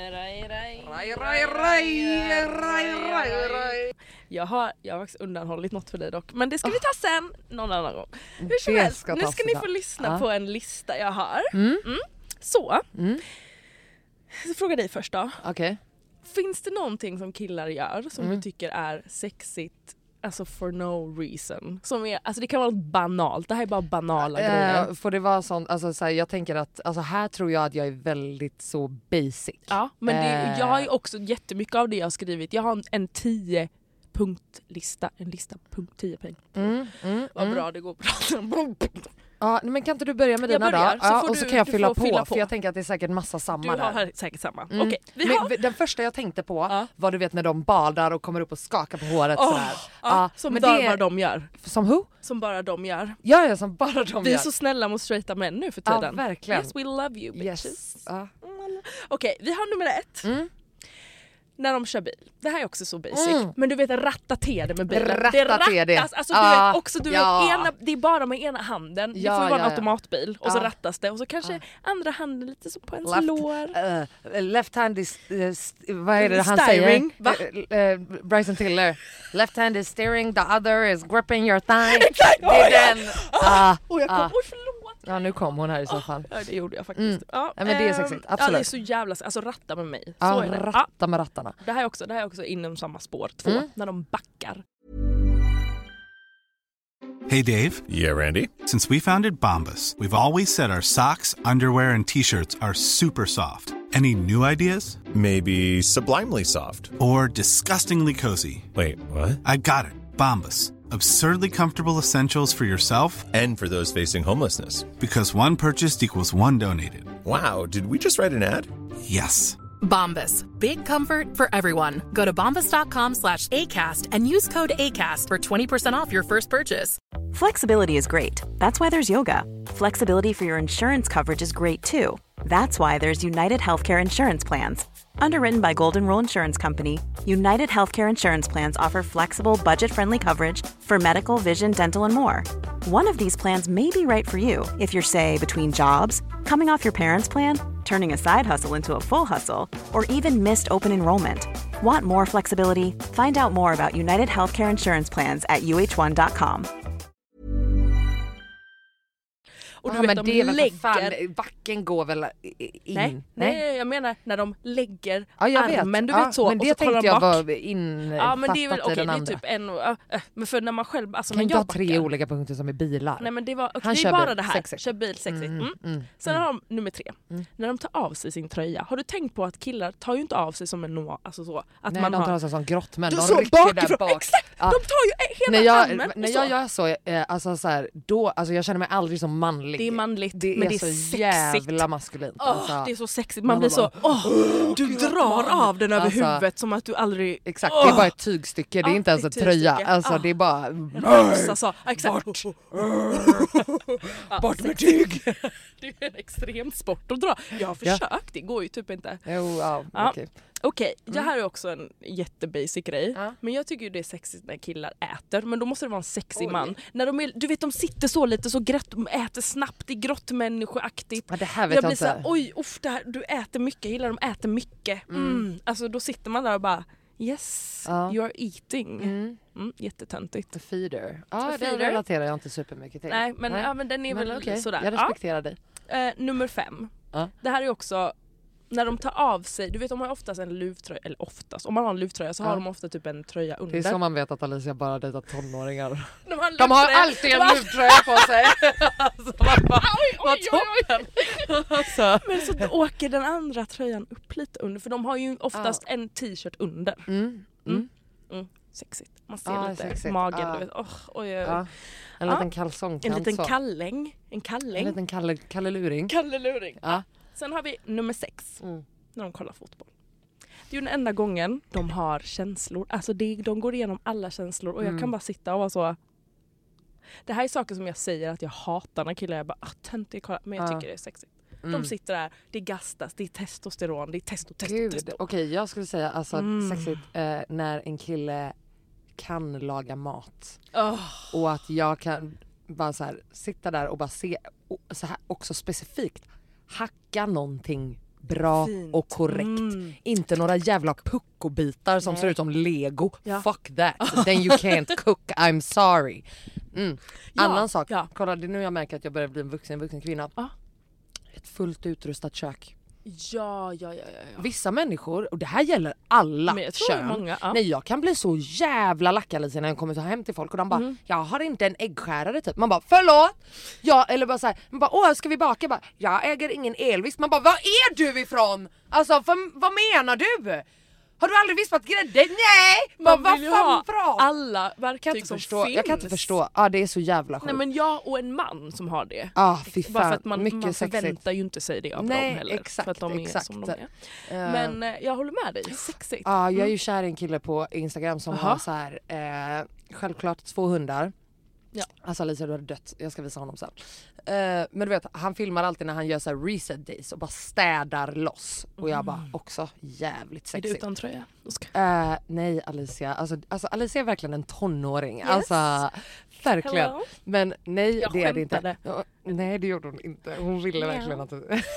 Jag har faktiskt undanhållit något för dig dock. Men det ska vi ta sen någon annan gång. Hur som helst, nu ska ni få lyssna på en lista jag har. Så. Så fråga dig först då. Okej. Finns det någonting som killar gör som du tycker är sexigt, alltså for no reason? Som är, alltså det kan vara något banalt. Det här är bara banala grejer. Får det vara sånt, alltså så här, jag tänker att alltså här tror jag att jag är väldigt så basic. Ja, men jag har ju också jättemycket av det jag har skrivit. Jag har en 10-punktlista. En lista, punkt 10 poäng. Vad bra det går bra. Ja, men kan inte du börja med dina då? Ja, och så kan jag fylla på. För jag tänker att det är säkert massa samma där. Du har säkert samma. Okej, den första jag tänkte på var du vet när de badar och kommer upp och skakar på håret sådär. Som bara de gör. Som who? Som bara de gör. Ja, som bara de gör. Vi är så snälla mot straighta män nu för tiden. Ja, verkligen. Yes, we love you bitches. Yes. Okej, vi har nummer 1. När de kör bil. Det här är också så basic. Men du vet ratta till det med bilen. Det rattas. Alltså, du vet också, det är bara med ena handen. Det får ju vara en automatbil. Och så rattas det. Och så kanske andra handen lite så på ens lår. Left hand is... vad är det han säger? Bryson Tiller. Left hand is steering, the other is gripping your thigh. Det är den. Förlåt. Ja, nu kom hon här i soffan. Ja, det gjorde jag faktiskt. Ja, men det är sexigt, absolut. Ja, det är så jävla... Alltså ratta med mig. Så är det. Ratta med rattarna. Det här är också inom samma spår. 2, när de backar. Hey Dave. Yeah, Randy. Since we founded Bombas, we've always said our socks, underwear, and t-shirts are super soft. Any new ideas? Maybe sublimely soft. Or disgustingly cozy. Wait, what? I got it. Bombas. Absurdly comfortable essentials for yourself and for those facing homelessness. Because one purchased equals one donated. Wow, did we just write an ad? Yes. Bombas. Big comfort for everyone. Go to bombas.com/ACAST and use code ACAST for 20% off your first purchase. Flexibility is great. That's why there's yoga. Flexibility for your insurance coverage is great too. That's why there's United Healthcare Insurance Plans. Underwritten by Golden Rule Insurance Company, United Healthcare Insurance Plans offer flexible, budget-friendly coverage for medical, vision, dental, and more. One of these plans may be right for you if you're, say, between jobs, coming off your parents' plan, turning a side hustle into a full hustle, or even missed open enrollment. Want more flexibility? Find out more about United Healthcare Insurance Plans at uh1.com. Och du vet, men de det är väl lägger... fan, backen går väl in? Nej, jag menar när de lägger jag armen, vet. du vet så. Men det och så tänkte jag bak. var infattat Ja, men det är väl i okej, den det är andra. typ en... men för när man själv... Alltså, Kan när inte jag ha 3 backar, olika punkter som är bilar? Nej, men det var... Han det kör är bara bil, det här. sexigt. Kör bil, sexigt. Sen har de nummer 3. När de tar av sig sin tröja. Har du tänkt på att killar tar ju inte av sig som en noa? Alltså så. Att Nej, man de tar har... av sig som grottmän. Du De så rycker där bakifrån. bak. Exakt! Ja. De tar ju hela armen. När jag gör så, alltså så här, då, alltså jag känner mig aldrig så manlig. Det är manligt, det men är det är så sexigt. jävla maskulint. Alltså. Det är så sexigt. Man blir så... du drar av den över huvudet som att du aldrig... Exakt, det är bara ett tygstycke. Det är inte ens en tröja. Alltså det är bara... Rosa så. Exakt. Bort med tyg! Det är en extrem sport att dra. Jag har försökt, det går ju typ inte. Okej, det här är också en jättebasic grej. Men jag tycker ju det är sexigt när killar äter. Men då måste det vara en sexig man. När de är, du vet, de sitter så lite så äter snabbt, det är grottmänniskoaktigt. Ja, det här vet jag jag blir inte. Så här, det här, du äter mycket, gillar de äter mycket. Alltså då sitter man där och bara yes, you are eating. Jättetöntigt. The feeder. Ja, feeder. det relaterar jag inte supermycket till. Nej, men, ja, men den är väl okej. sådär. Jag respekterar dig. Nummer 5. Det här är också när de tar av sig, du vet de har oftast en luvtröja, eller oftast, om man har en luvtröja så har de ofta typ en tröja under. Det är så man vet att Alicia bara dejtar tonåringar. De har alltid en luvtröja på sig. Alltså, alltså. Men så åker den andra tröjan upp lite under, för de har ju oftast en t-shirt under. Sexigt. Man ser lite sexigt. Magen, du vet. En liten kalsong. En liten kalläng. En liten kalleluring. Kalleluring. Sen har vi nummer 6. När de kollar fotboll. Det är ju den enda gången de har känslor. Alltså de går igenom alla känslor. Och jag kan bara sitta och vara så... Det här är saker som jag säger att jag hatar när killar. Jag bara, töntigt, kolla. Men jag tycker det är sexigt. De sitter där, det är gastas, det är testosteron, det är testo. Okej, jag skulle säga alltså sexigt när en kille kan laga mat. Och att jag kan bara så här, sitta där och bara se, och så här också specifikt hacka någonting bra och korrekt. Inte några jävla puckobitar som ser ut som Lego. Fuck that. Then you can't cook. I'm sorry. Annan sak. Kolla, det är nu jag märker att jag börjar bli en vuxen kvinna. Ett fullt utrustat kök. Ja. Vissa människor, och det här gäller alla kön. Många, Nej, jag kan bli så jävla lackad när jag kommer hem till folk och de bara, jag har inte en äggskärare typ. Man bara, förlåt! Ja, eller bara såhär, man bara, ska vi baka? Bara, jag äger ingen elvis. Man bara, var är du ifrån? Alltså, vad menar du? Har du aldrig vispat grädde? Nej! Man vad vill fan ha bra? alla verktyg som finns. Jag kan inte förstå. Ja, det är så jävla sjukt. Nej, men jag och en man som har det. Fy fan. Bara för att man mycket förväntar ju inte sig det av dem heller. Exakt, för att de är som de är. Men jag håller med dig. Sexigt. Ja, jag är ju kär i en kille på Instagram som har så här självklart 2 hundar. Ja. Alltså Alicia, du hade dött. Jag ska visa honom sen. Men du vet, han filmar alltid när han gör så här reset days och bara städar loss. Och jag bara, också jävligt sexigt. Är det utan tröja? Nej, Alicia. Alltså Alicia är verkligen en tonåring. Yes. Alltså, verkligen. Hello. Men nej, jag det är det inte. skämtade. Nej, det gjorde hon inte. Hon ville verkligen att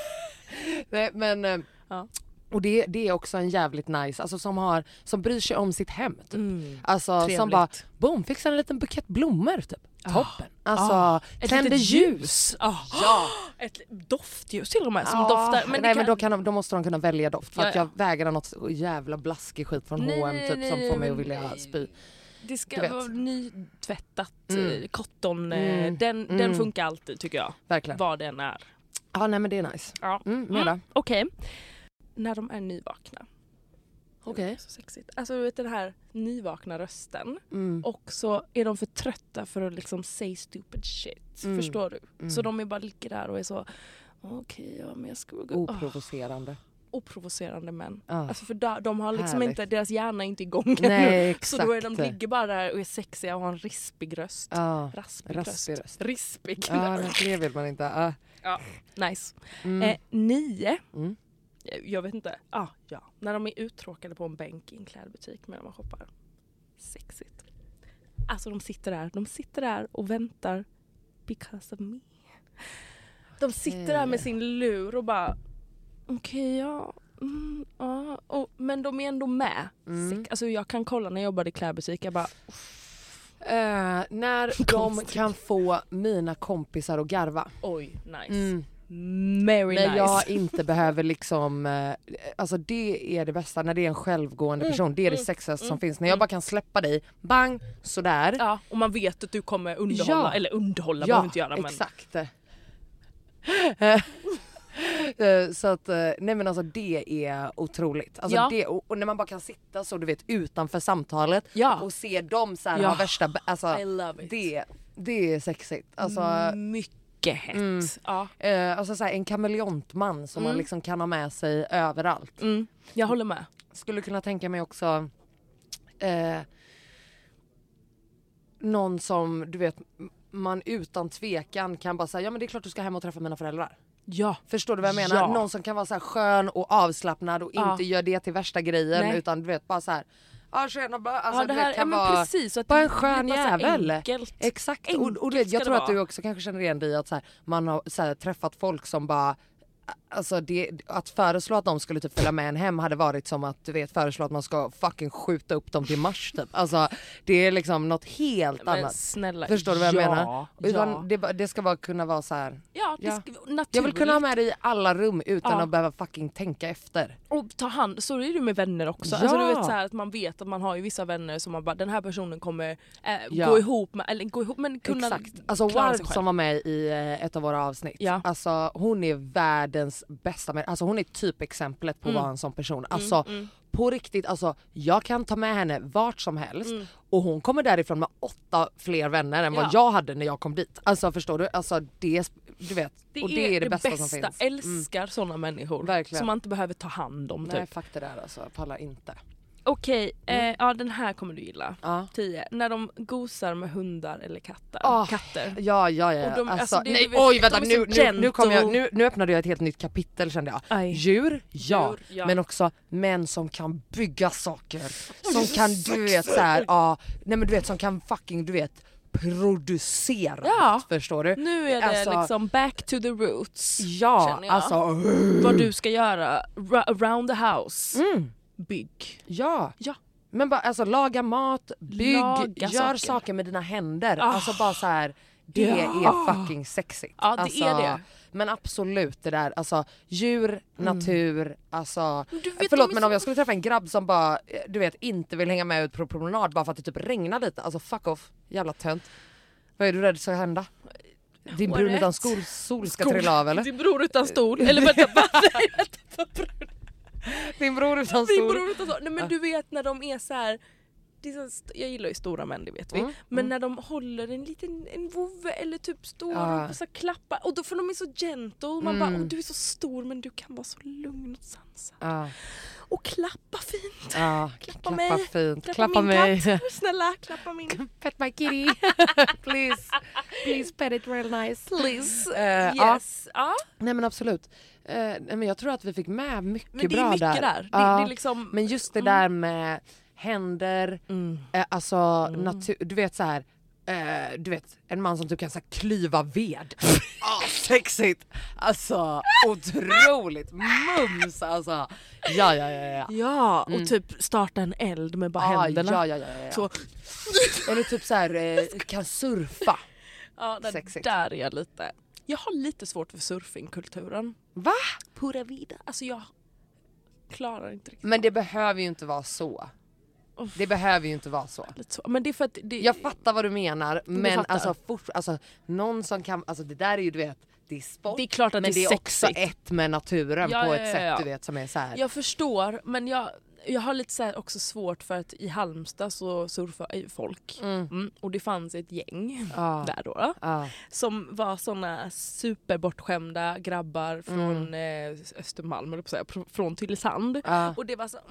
nej, men... Och det är också en jävligt nice, alltså som bryr sig om sitt hem typ. Alltså trevligt. Som bara boom, fixar en liten bukett blommor typ. Toppen. Alltså tänder ljus. Ett doftljus till och med som doftar. Men nej, men då måste de kunna välja doft för att jag vägrar något så jävla blaskig skit från H&M typ som får mig att vilja spy. Det ska vara nytvättat cotton. Den funkar alltid tycker jag. Verkligen. Vad den är. Ja, nej men det är nice. Okej. När de är nyvakna. Okej. Så sexigt. Alltså du vet den här nyvakna rösten. Och så är de för trötta för att liksom say stupid shit. Förstår du? Så de är bara ligger där och är så okej, men jag ska gå. Oprovocerande män. Alltså för de har liksom inte, deras hjärna är inte igång. Nej, exakt. Så då är de ligger bara där och är sexiga och har en rispig röst. Raspig röst. Rispig. Det vill man inte. Nice. 9. Jag vet inte. När de är uttråkade på en bänk i en klädbutik medan man shoppar. Sexigt. Alltså de sitter där och väntar because of me. De sitter där med sin lur och bara men men de är ändå med. Alltså jag kan kolla när jag jobbade i klädbutik, jag bara... när de kan få mina kompisar att garva. Oj, nice. När nice. jag inte behöver liksom, alltså det är det bästa när det är en självgående person. Det är det sexigaste som finns. När jag bara kan släppa dig, bang, sådär. Ja, och man vet att du kommer underhålla, eller underhålla, behöver inte göra. Men... exakt. Så att, nej men alltså det är otroligt. Alltså det, och när man bara kan sitta så du vet utanför samtalet och se dem så här ha värsta, alltså I love it. Det är sexigt. Alltså mycket hett. Alltså så här, en kameleontman som man liksom kan ha med sig överallt. Jag håller med. Skulle kunna tänka mig också någon som du vet man utan tvekan kan bara säga ja men det är klart du ska hem och träffa mina föräldrar. Ja. Förstår du vad jag menar? Ja. Någon som kan vara så här skön och avslappnad och inte gör det till värsta grejen utan du vet bara så här tjena, alltså det här kan vara precis, så att bara det en skön blir bara jävel. Enkelt. Exakt. Enkelt och jag ska tror det att du vara. också kanske känner igen dig att så här, man har så här, träffat folk som bara alltså det, att föreslå att de skulle typ följa med en hem hade varit som att du vet föreslå att man ska fucking skjuta upp dem till Mars typ. Alltså det är liksom något helt men annat. Snälla, förstår du vad jag menar? Utan ja. det ska bara kunna vara så här. Ja, det ska naturligt. Jag vill kunna ha med dig i alla rum utan att behöva fucking tänka efter. Och ta hand, så är det med vänner också. Ja. Alltså du vet så här att man vet att man har ju vissa vänner som man bara den här personen kommer gå ihop med, eller gå ihop men kunna. Exakt. Alltså Warp som var med i ett av våra avsnitt. Ja. Alltså hon är världens bästa med. Alltså hon är typexemplet på vad en sån person. Alltså på riktigt, alltså jag kan ta med henne vart som helst och hon kommer därifrån med 8 fler vänner än vad jag hade när jag kom dit. Alltså förstår du? Alltså det, du vet, och det är det bästa som finns. Älskar såna människor. Verkligen. Som man inte behöver ta hand om. Nej, typ. fuck det där alltså, pallar inte. Okej, ja den här kommer du gilla. 10. När de gosar med hundar eller katter. Katter. Ja. Och de, alltså, det, nej, vet, oj vänta, nu öppnade jag ett helt nytt kapitel kände jag. Aj. Djur, ja. Men också män som kan bygga saker. Som kan, du vet såhär, nej men du vet som kan fucking, du vet producera, förstår du? Nu är det alltså, liksom back to the roots. Ja, alltså vad du ska göra around the house. Bygg. Ja. Men bara alltså laga mat, gör saker med dina händer. Alltså bara så här, det är fucking sexigt. Ja, det alltså, är det. Men absolut det där, alltså djur, natur, alltså vet, förlåt men om jag skulle träffa en grabb som bara, du vet, inte vill hänga med ut på promenad bara för att det typ regnar lite, alltså fuck off, jävla tönt. Vad är du rädd ska hända? Din brun utan sol ska trilla av eller? Din bror utan stol, eller vänta. Din bror utan stol. Nej men du vet när de är så här. Jag gillar ju stora män, det vet vi. Men när de håller en vovve eller typ står och så klappar. Och då får de är så gentle. Man bara, du är så stor men du kan vara så lugn och sansad. Och klappa fint. Klappa mig. Fint. Klappa min mig. katt. Snälla, klappa min. Pet my kitty. Please pet it real nice. Please. Yes. Nej men absolut. Men jag tror att vi fick med mycket bra där. Men det är mycket där. Det är liksom... Men just det där med händer, alltså natur, du vet så här, du vet en man som typ kan så här, klyva ved. Sexigt. Alltså otroligt mums alltså. Ja. Och typ starta en eld med bara händerna. Ja. Så. Eller typ så här kan surfa. Ja, där är jag lite. Jag har lite svårt för surfingkulturen. Va? Pura vida. Alltså jag klarar inte riktigt. Men det behöver ju inte vara så. Det behöver ju inte vara så. Men det är för att jag fattar vad du menar, men alltså någon som kan, alltså det där är ju du vet, det är sport. Det är klart att men det är också ett med naturen på ett sätt du vet som är så här. Jag förstår, men jag har lite så här också svårt för att i Halmstad så surfar folk. Och det fanns ett gäng där då. Som var såna superbortskämda grabbar från Östermalm eller på så här, från Tylösand. Och det var så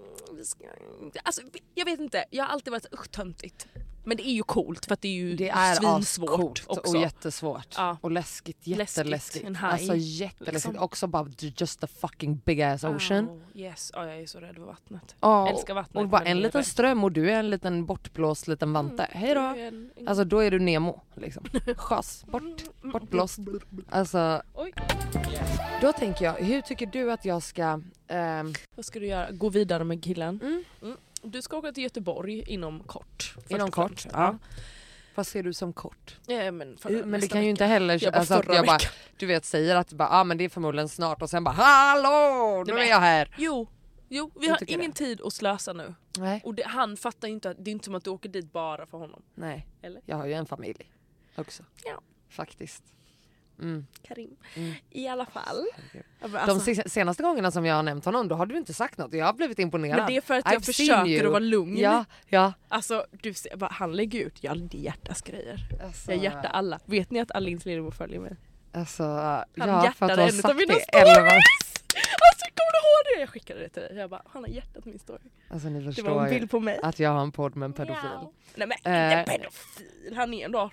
alltså, jag vet inte, jag har alltid varit så töntigt. Men det är ju coolt för att det är ju svinsvårt också. Och jättesvårt. Och läskigt, jätteläskigt. Alltså jätteläskigt. Liksom. Också bara just a fucking big ass ocean. Yes, jag är så rädd för vattnet. Älskar vattnet. Och bara en liten ström och du är en liten bortblåst liten vante. Hej då. Alltså då är du Nemo liksom. Schass, bortblåst. Alltså då tänker jag, hur tycker du att jag ska Vad ska du göra? Gå vidare med killen? Du ska åka till Göteborg inom kort. Inom kort, ja. Vad ser du som kort? Men det kan ju inte heller alltså att jag bara, du vet, säger att men det är förmodligen snart och sen bara hallå, nu är jag här. Jo, vi har ingen tid att slösa nu. Nej. Och han fattar ju inte att det är inte som att du åker dit bara för honom. Nej, eller? Jag har ju en familj också. Ja. Faktiskt. Karim. I alla fall. De senaste gångerna som jag har nämnt honom, då har du inte sagt något. Jag har blivit imponerad. Men det är för att jag försöker att vara lugn. Ja. Alltså, han lägger ut det är hjärtas grejer. Alltså, jag hjärtar alla. Vet ni att Alins lillebror följer mig? Alltså, han hjärtade en av mina stories. Alltså, kommer du ihåg det? Jag skickade det till dig. Jag bara, han har hjärtat min story. Alltså, ni förstår det var en bild på mig. Att jag har en podd med en pedofil. Ja. Nej, men inte pedofil. Han är ändå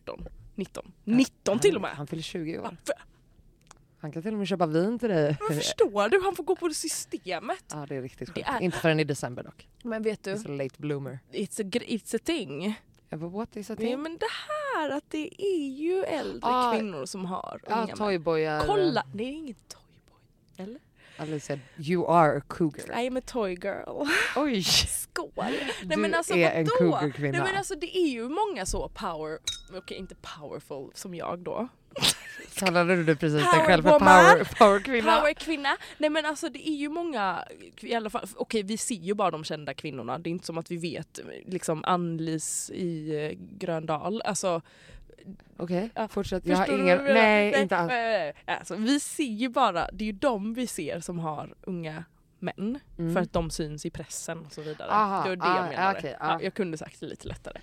19 till och med. Han fyller 20 år. Han kan till och med köpa vin till dig. Men förstår du? Han får gå på det systemet. Ja, det är riktigt sjukt. Inte förrän i december dock. Men vet du? It's a late bloomer. It's a thing. What is a thing? Ja, men det här att det är ju äldre kvinnor som har unga toyboyar. Kolla, det är ingen toyboy. Eller? Alice, you are a cougar. I am a toy girl. Oj. Skål. Nej, men alltså, är en cougarkvinna. Nej, men alltså det är ju många så inte powerful som jag då. Kallade du precis dig själv för powerkvinna? Powerkvinna. Nej, men alltså det är ju många i alla fall. Okej, vi ser ju bara de kända kvinnorna. Det är inte som att vi vet liksom Ann-Lis i Gröndal. Alltså okej, fortsätt. Jag har ingen... Nej, inte alls. Alltså, vi ser ju bara, det är ju de vi ser som har unga män. För att de syns i pressen och så vidare. Aha, det var det jag menade. Okay, jag kunde sagt det lite lättare.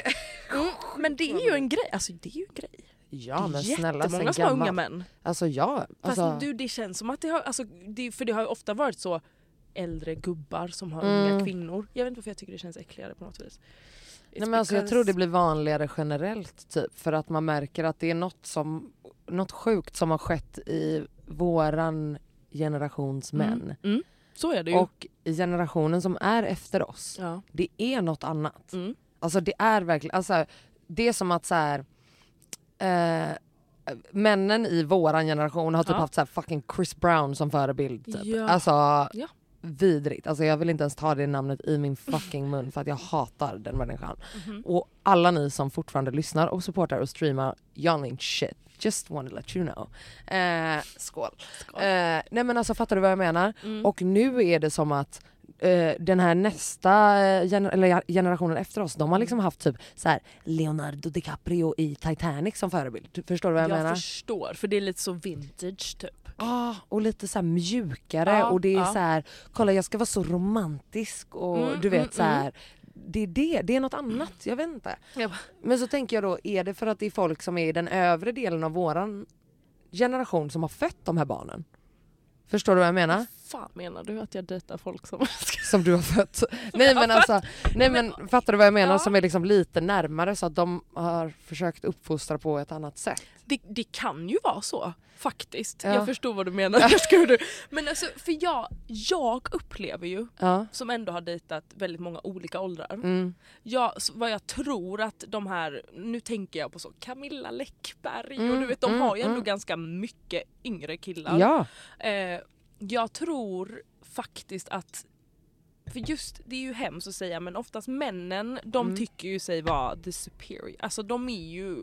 Men det är ju en grej. Alltså det är ju en grej. Ja, men snälla, sen jättemånga som har unga män. Alltså ja. Alltså... Fast det känns som att det har... Alltså, för det har ju ofta varit så äldre gubbar som har unga kvinnor. Jag vet inte varför jag tycker det känns äckligare på något vis. Nej, men alltså, jag tror det blir vanligare generellt typ. För att man märker att det är något sjukt som har skett i våran generations män. Så är det ju. Och i generationen som är efter oss. Ja. Det är något annat. Alltså det är verkligen... Alltså, det är som att så här... männen i våran generation har typ haft så här fucking Chris Brown som förebild typ. Ja. Alltså vidrigt. Alltså jag vill inte ens ta det namnet i min fucking mun för att jag hatar den människan. Och alla ni som fortfarande lyssnar och supportar och streamar, y'all ain't shit. Just want to let you know. Skål. Nej men alltså, fattar du vad jag menar? Och nu är det som att den här nästa generationen efter oss, de har liksom haft typ så här Leonardo DiCaprio i Titanic som förebild. Förstår du vad jag menar? Jag förstår, för det är lite så vintage typ. Och lite så här mjukare och det är så här, kolla jag ska vara så romantisk och du vet så här. Det är något annat, jag vet inte. Men så tänker jag då, är det för att det är folk som är i den övre delen av våran generation som har fött de här barnen? Förstår du vad jag menar? Vad fan menar du att jag dejtar folk som du har fött? Nej men fattar du vad jag menar? Som är liksom lite närmare så att de har försökt uppfostra på ett annat sätt. Det kan ju vara så faktiskt. Jag förstår vad du menar. Men alltså, för jag upplever ju som ändå har dejtat väldigt många olika åldrar. Vad jag tror att de här, nu tänker jag på så Camilla Läckberg och du vet, de har ju ändå ganska mycket yngre killar. Ja. Jag tror faktiskt att, för just, det är ju hemskt att säga, men oftast männen, de tycker ju sig vara the superior. Alltså de är ju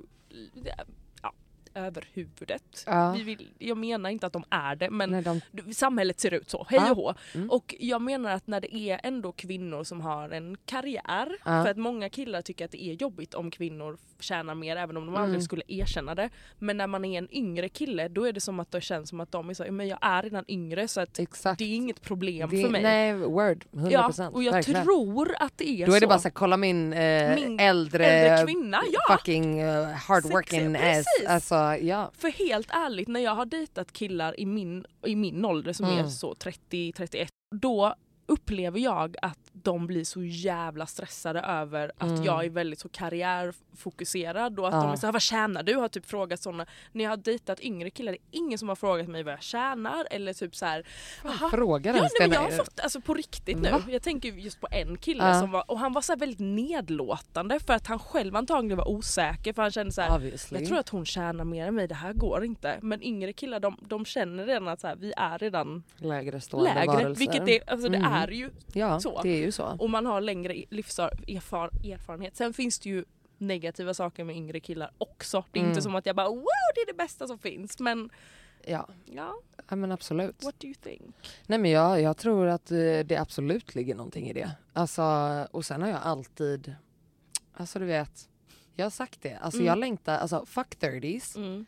över huvudet. Jag menar inte att de är det, men samhället ser ut så. Hej och hå. Och jag menar att när det är ändå kvinnor som har en karriär, för att många killar tycker att det är jobbigt om kvinnor tjänar mer, även om de aldrig skulle erkänna det. Men när man är en yngre kille, då är det som att det känns som att de är så, men jag är redan yngre, så att det är inget problem för mig. Nej, word, 100%. Ja, och jag verkligen. tror att det är så. Då är det bara så här, kolla min äldre kvinna, fucking hardworking ass. Alltså, ja. För helt ärligt, när jag har dejtat killar i min ålder som är så 30-31, då upplever jag att de blir så jävla stressade över att jag är väldigt så karriärfokuserad och att de är så här, vad tjänar du? Har typ frågat sådana, när jag har dejtat yngre killar, det är ingen som har frågat mig vad jag tjänar eller typ så här. Frågar ja, nej, men jag har fått, alltså på riktigt nu. Jag tänker just på en kille som var, och han var så här väldigt nedlåtande för att han själv antagligen var osäker, för han kände så här, jag tror att hon tjänar mer än mig, det här går inte. Men yngre killar, de känner redan att så här, vi är redan lägre stående varelser. Vilket det, alltså det är ju så. Det är ju så. Och man har längre livserfarenhet. Sen finns det ju negativa saker med yngre killar också. Det är inte som att jag bara, wow, det är det bästa som finns. Men ja men absolut. What do you think? Nej, men jag tror att det absolut ligger någonting i det. Alltså, och sen har jag alltid, alltså du vet, jag har sagt det. Alltså jag längtar, alltså fuck 30s.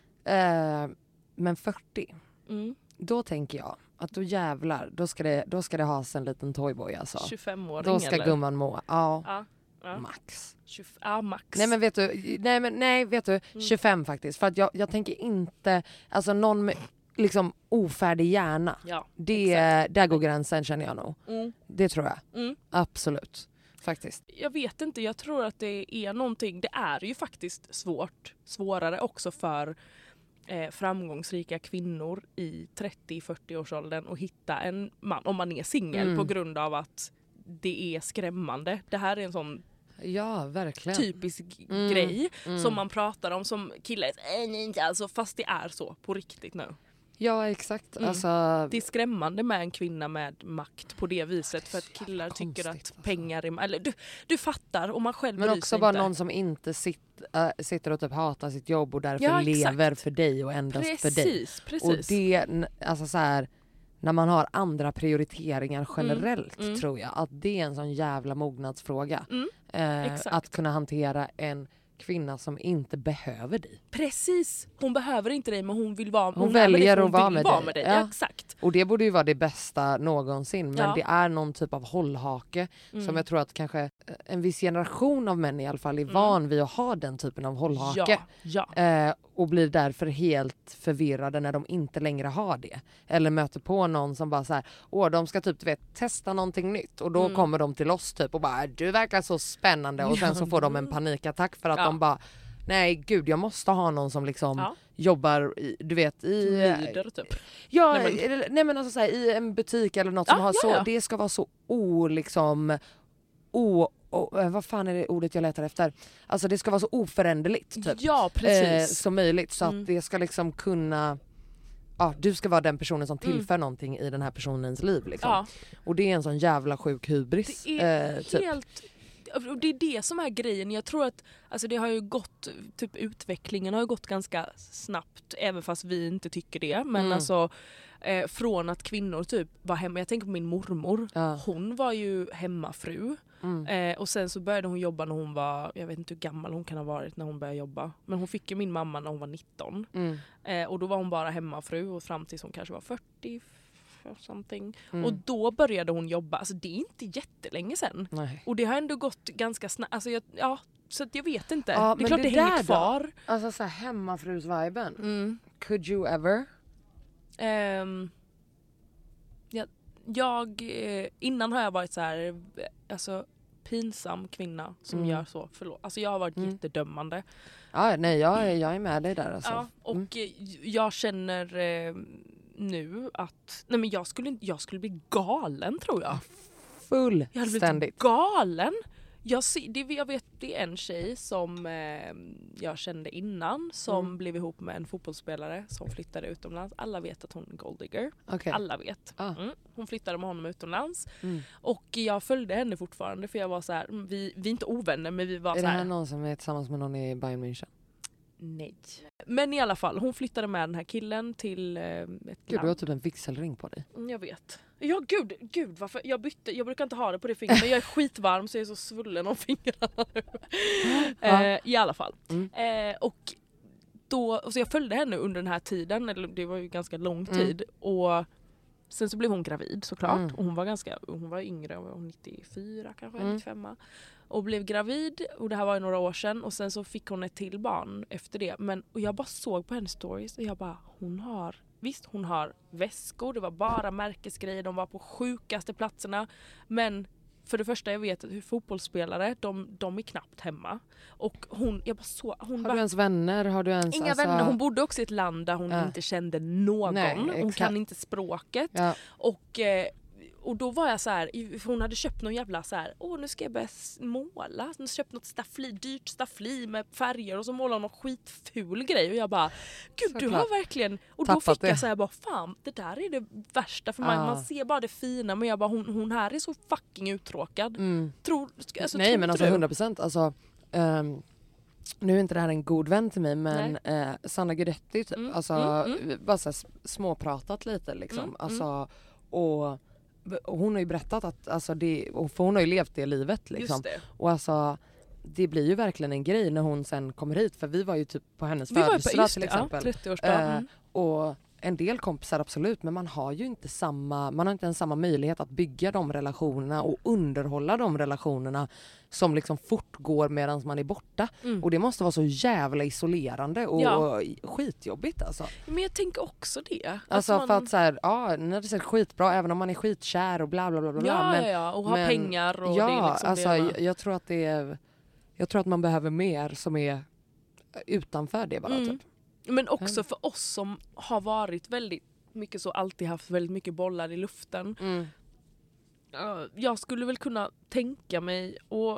Men 40. Då tänker jag att då jävlar, då ska det ha en liten toyboy alltså. 25-åring då ska eller? Gumman må. Ja. Max. Max. Nej, vet du, 25 faktiskt. För att jag tänker inte, alltså någon med liksom ofärdig hjärna. Ja, där går gränsen, känner jag nog. Det tror jag. Absolut. Faktiskt. Jag vet inte, jag tror att det är någonting, det är ju faktiskt svårare också för framgångsrika kvinnor i 30-40-årsåldern att hitta en man om man är singel på grund av att det är skrämmande. Det här är en sån verkligen typisk grej som man pratar om som killar, alltså, fast det är så på riktigt nu. Ja, exakt. Alltså, det är skrämmande med en kvinna med makt på det viset, för att killar tycker att pengar är, eller du fattar, och man själv men också bara någon som inte sitter och typ hatar sitt jobb och därför lever för dig och endast för dig. Precis. Och det, alltså så här, när man har andra prioriteringar generellt tror jag att det är en sån jävla mognadsfråga. Att kunna hantera en kvinna som inte behöver dig. Precis. Hon behöver inte dig, men hon vill vara hon väljer att vara med dig. Ja. Ja, exakt. Och det borde ju vara det bästa någonsin, men det är någon typ av hållhake som jag tror att kanske en viss generation av män i alla fall är van vid att ha den typen av hållhake. Och blir därför helt förvirrade när de inte längre har det. Eller möter på någon som bara så här, de ska typ testa någonting nytt, och då kommer de till oss typ och bara, du verkar så spännande, och sen så får de en panikattack för att de bara, nej gud, jag måste ha någon som liksom jobbar i, du vet, i Lyder, typ. Ja, nej men alltså så här, i en butik eller något som har så, det ska vara så vad fan är det ordet jag letar efter? Alltså det ska vara så oföränderligt typ. Ja, precis. Som möjligt, så att det ska liksom kunna, du ska vara den personen som tillför någonting i den här personens liv liksom. Och det är en sån jävla sjuk hybris. Det är helt, och det är det som är grejen. Jag tror att alltså det har ju gått, typ utvecklingen har ju gått ganska snabbt, även fast vi inte tycker det, men alltså från att kvinnor typ var hemma, jag tänker på min mormor, hon var ju hemmafru. Och sen så började hon jobba när hon var, jag vet inte hur gammal hon kan ha varit när hon började jobba, men hon fick ju min mamma när hon var 19 och då var hon bara hemmafru och fram tills hon kanske var 40 something. Och då började hon jobba, alltså det är inte jättelänge sedan. Nej. Och det har ändå gått ganska snabbt, alltså så att jag vet inte. Det är klart det hänger kvar. Då? Alltså så här, hemmafrus-viben. Could you ever? Jag innan har jag varit så här, alltså pinsam kvinna som gör så, förlåt. Alltså jag har varit jättedömande. Ja, nej, jag är med dig där alltså. Ja, och jag känner nu att nej, men jag skulle bli galen, tror jag. Fullständigt. Jag hade blivit galen. Jag vet, det är en tjej som jag kände innan som blev ihop med en fotbollsspelare som flyttade utomlands. Alla vet att hon är golddigger. Okay. Alla vet. Hon flyttade med honom utomlands. Och jag följde henne fortfarande, för jag var så här, vi är inte ovänner, men vi var så här. Är det här någon som är tillsammans med någon i Bayern München? Nej. Men i alla fall, hon flyttade med den här killen till ett Gud, du har typ en vigselring på dig. Jag vet. Ja, gud, varför? Jag brukar inte ha det på det fingret, men jag är skitvarm så jag är så svullen om fingrarna nu. I alla fall. Och då, så jag följde henne under den här tiden, eller det var ju ganska lång tid, och sen så blev hon gravid såklart, och hon var yngre, hon var 94 kanske, 95, och blev gravid, och det här var ju några år sedan, och sen så fick hon ett till barn efter det, och jag bara såg på hennes stories och jag bara, visst, hon har väskor, det var bara märkesgrejer, de var på sjukaste platserna. Men för det första, jag vet att hur fotbollsspelare, de är knappt hemma. Och hon har du ens vänner? Har du ens, inga vänner. Hon bodde också i ett land där hon inte kände någon. Nej, hon kan inte språket. Ja. Och då var jag så här, hon hade köpt någon jävla så här, nu ska jag börja måla. Hon hade köpt något dyrt staffli med färger och så målade hon någon skitful grej. Och jag bara, gud, så du har verkligen... Och då fick jag så här, bara, fan, det där är det värsta. För man ser bara det fina, men jag bara, hon här är så fucking uttråkad. Nej, men alltså 100%. Alltså, nu är inte det här en god vän till mig, men Sanna Guidetti, typ, bara så här småpratat lite liksom. Alltså, och hon har ju berättat att alltså för hon har ju levt det livet liksom. Och alltså det blir ju verkligen en grej när hon sen kommer hit, för vi var ju typ på hennes födelsedag till exempel. 30-årsdag. Och en del kompisar absolut, men man har ju inte ens samma möjlighet att bygga de relationerna och underhålla de relationerna som liksom fortgår medan man är borta. Och det måste vara så jävla isolerande och skitjobbigt alltså. Men jag tänker också det. Alltså för att så här, när det ser skitbra, även om man är skitkär och bla bla bla bla. Och har pengar och det är liksom alltså det. Jag tror att man behöver mer som är utanför det bara typ. Men också för oss som har varit väldigt mycket så, alltid haft väldigt mycket bollar i luften. Jag skulle väl kunna tänka mig och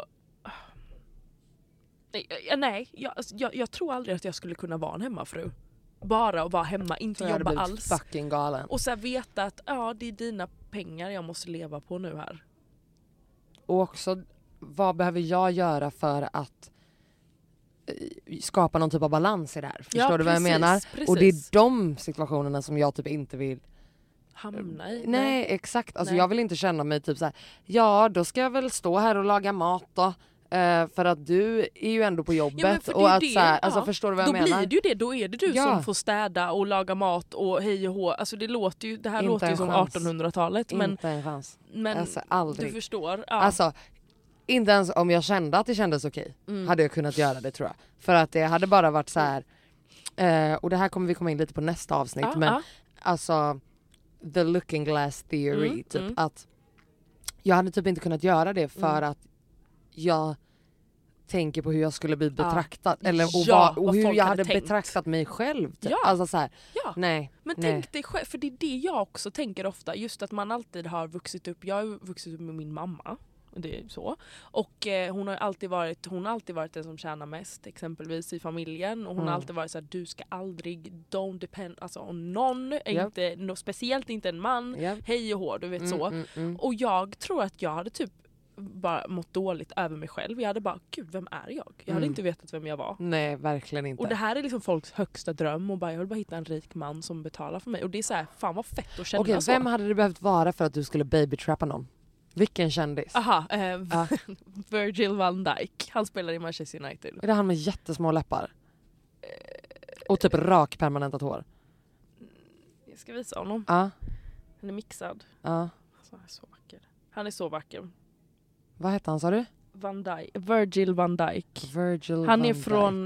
jag tror aldrig att jag skulle kunna vara en hemmafru. Bara att vara hemma, inte jobba alls. Fucking galen. Och så veta att det är dina pengar jag måste leva på nu här. Och också, vad behöver jag göra för att skapa någon typ av balans i det här? Förstår du vad jag menar? Precis. Och det är de situationerna som jag typ inte vill hamna i. Nej, exakt. Alltså jag vill inte känna mig typ så här, då ska jag väl stå här och laga mat då. För att du är ju ändå på jobbet och att så här, alltså förstår du vad jag menar? Då blir det ju det, då är det du som får städa och laga mat och hej och hå. Alltså det låter ju, det här låter ju som 1800-talet. Inte en chans. Men alltså, aldrig. Du förstår. Alltså inte ens om jag kände att det kändes okej hade jag kunnat göra det, tror jag. För att det hade bara varit så här, och det här kommer vi komma in lite på nästa avsnitt, men alltså the looking glass theory, typ att jag hade typ inte kunnat göra det för att jag tänker på hur jag skulle bli betraktad eller och hur jag hade betraktat mig själv typ. Alltså så här, nej. Men tänk dig själv, för det är det jag också tänker ofta, just att man alltid har vuxit upp. Jag har vuxit upp med min mamma. Det är så. Och hon har alltid varit den som tjänar mest, exempelvis i familjen. Och hon har alltid varit så här, du ska aldrig, don't depend, alltså on någon, inte, speciellt inte en man, hej och hå, du vet så. Och jag tror att jag hade typ bara mått dåligt över mig själv. Jag hade bara, gud, vem är jag? Jag hade inte vetat vem jag var. Nej, verkligen inte. Och det här är liksom folks högsta dröm, och jag vill bara hitta en rik man som betalar för mig. Och det är så här, fan vad fett att känna så. Okej, vem hade det behövt vara för att du skulle babytrappa någon? Vilken kändis? Virgil van Dijk. Han spelar i Manchester United. Är det han med jättesmå läppar? Och typ rak permanentat hår? Jag ska visa honom. Han är mixad. Han är så vacker. Han är så vacker. Vad heter han, sa du? Virgil van Dijk. Han är från...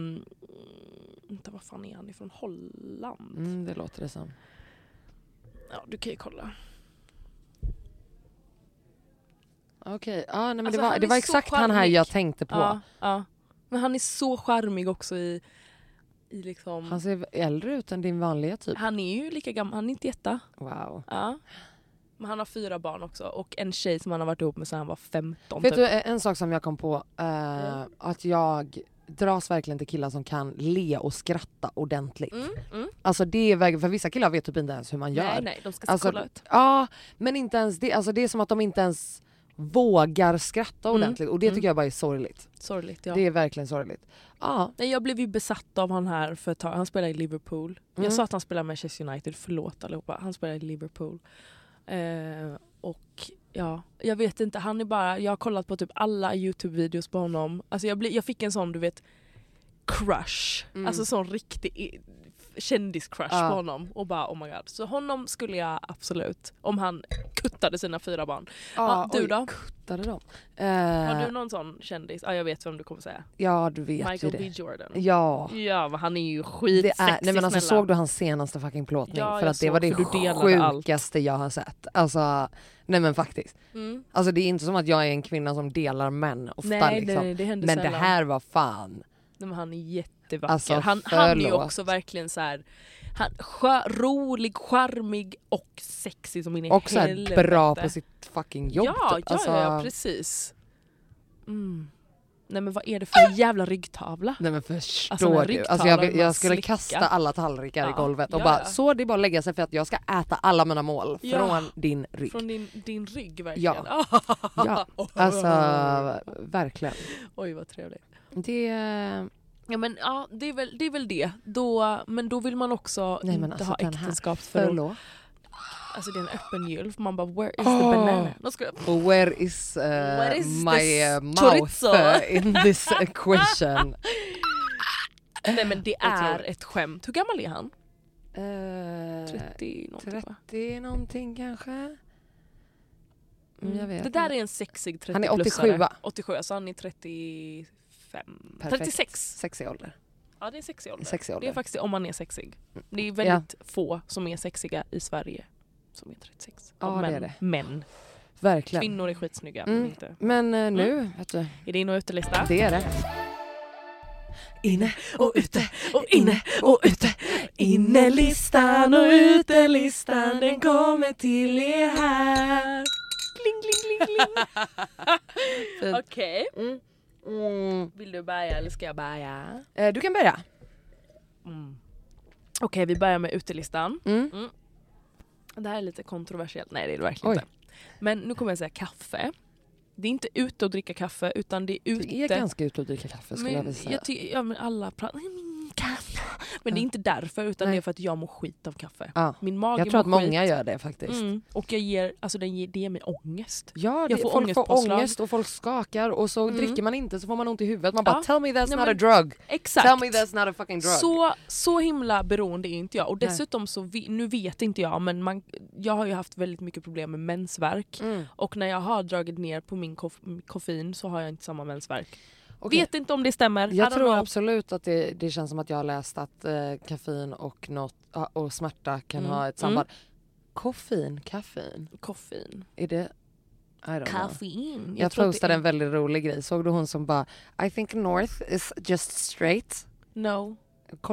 vad fan är han? Är från Holland. Det låter det som. Ja, du kan ju kolla. Okej, nej, men alltså, det var exakt han här jag tänkte på. Ja. Men han är så charmig också i liksom... Han ser äldre ut än din vanliga typ. Han är ju lika gammal, han är 91. Wow. Ja. Men han har 4 barn också, och en tjej som han har varit ihop med sedan han var 15. Vet du, en sak som jag kom på, att jag dras verkligen till killar som kan le och skratta ordentligt. Alltså det är, för vissa killar vet typ inte ens hur man gör. Nej, de ska kolla ut. Ja, men inte ens det. Alltså det är som att de inte ens vågar skratta ordentligt. Och det tycker jag bara är sorgligt. Sorgligt, ja. Det är verkligen sorgligt. Nej, jag blev ju besatt av han här för ett tag. Han spelar i Liverpool. Jag sa att han spelar med Manchester United. Förlåt allihopa. Han spelar i Liverpool. Och ja, jag vet inte. Han är bara... Jag har kollat på typ alla YouTube-videos på honom. Alltså jag fick en sån, du vet, crush. Alltså sån riktig kändiscrush på honom och bara oh my god. Så honom skulle jag absolut, om han kuttade sina 4 barn. Du då? Kuttade dem. Har du någon sån kändis? Jag vet vem du kommer säga. Ja, du vet Michael ju det. B. Jordan. Ja. Ja, han är ju skitsexig. Nej men alltså såg du hans senaste fucking plåtning? Ja, för att det var det sjukaste jag har sett. Alltså, nej men faktiskt. Alltså det är inte som att jag är en kvinna som delar män ofta nej, liksom. Nej, det händer men sällan. det här var fan. Nej, men han är jättevacker. Alltså, han är ju också verkligen så här, rolig, charmig och sexig som in i och helvete. Och så bra på sitt fucking jobb. Ja, precis. Nej men vad är det för jävla ryggtavla? Nej men förstår du? Alltså jag skulle kasta alla tallrikar i golvet och bara så det är bara att lägga sig för att jag ska äta alla mina mål från din rygg. Från din rygg verkligen. Ja. Alltså verkligen. Oj vad trevligt. Ja men det är väl det. Men då vill man också inte ha äktenskapsförord. Alltså det är en öppen jul. Man bara, where is the banana? Where is my mouth in this equation? Nej men det är ett skämt. Hur gammal är han? 30 någonting kanske. Jag vet. Det där är en sexig 30-plussare. Han är 87. 87, så han är 35. Perfekt. 36. Sexig ålder. Ja, det är sexig ålder. Det är faktiskt om man är sexig. Det är väldigt få som är sexiga i Sverige som är 36. Ja, det är det. Män. Verkligen. Kvinnor är skitsnygga. Men nu, vet du. Är det in- och utelista? Det är det. Inne och ute och inne och ute. Innelistan och utelistan, den kommer till er här. Kling, kling, kling, kling. Okej. Vill du börja eller ska jag börja? Du kan börja. Okej, vi börjar med utelistan. Det här är lite kontroversiellt. Nej, det är det verkligen inte. Men nu kommer jag säga kaffe. Det är inte ute att dricka kaffe, utan det är ute. Det är ganska ute att dricka kaffe skulle jag vilja säga. Men alla pratar kaffe. Men det är inte därför, utan det är för att jag mår skit av kaffe. Min mage jag tror att många gör det faktiskt. Och det ger mig ångest. Ja, jag får folk får ångest och folk skakar och så dricker man inte så får man ont i huvudet. Man bara, tell me that's not a drug. Exakt. Tell me that's not a fucking drug. Så himla beroende är inte jag. Och dessutom så, nu vet inte jag, men jag har ju haft väldigt mycket problem med mensvärk. Och när jag har dragit ner på min koffein så har jag inte samma mensvärk. Okay. Vet inte om det stämmer. Jag tror absolut att det känns som att jag har läst att kaffein och smärta kan ha ett samband. Koffein. Är det... Kaffein. Jag postade en väldigt rolig grej. Såg du hon som bara I think North is just straight? No. Jo.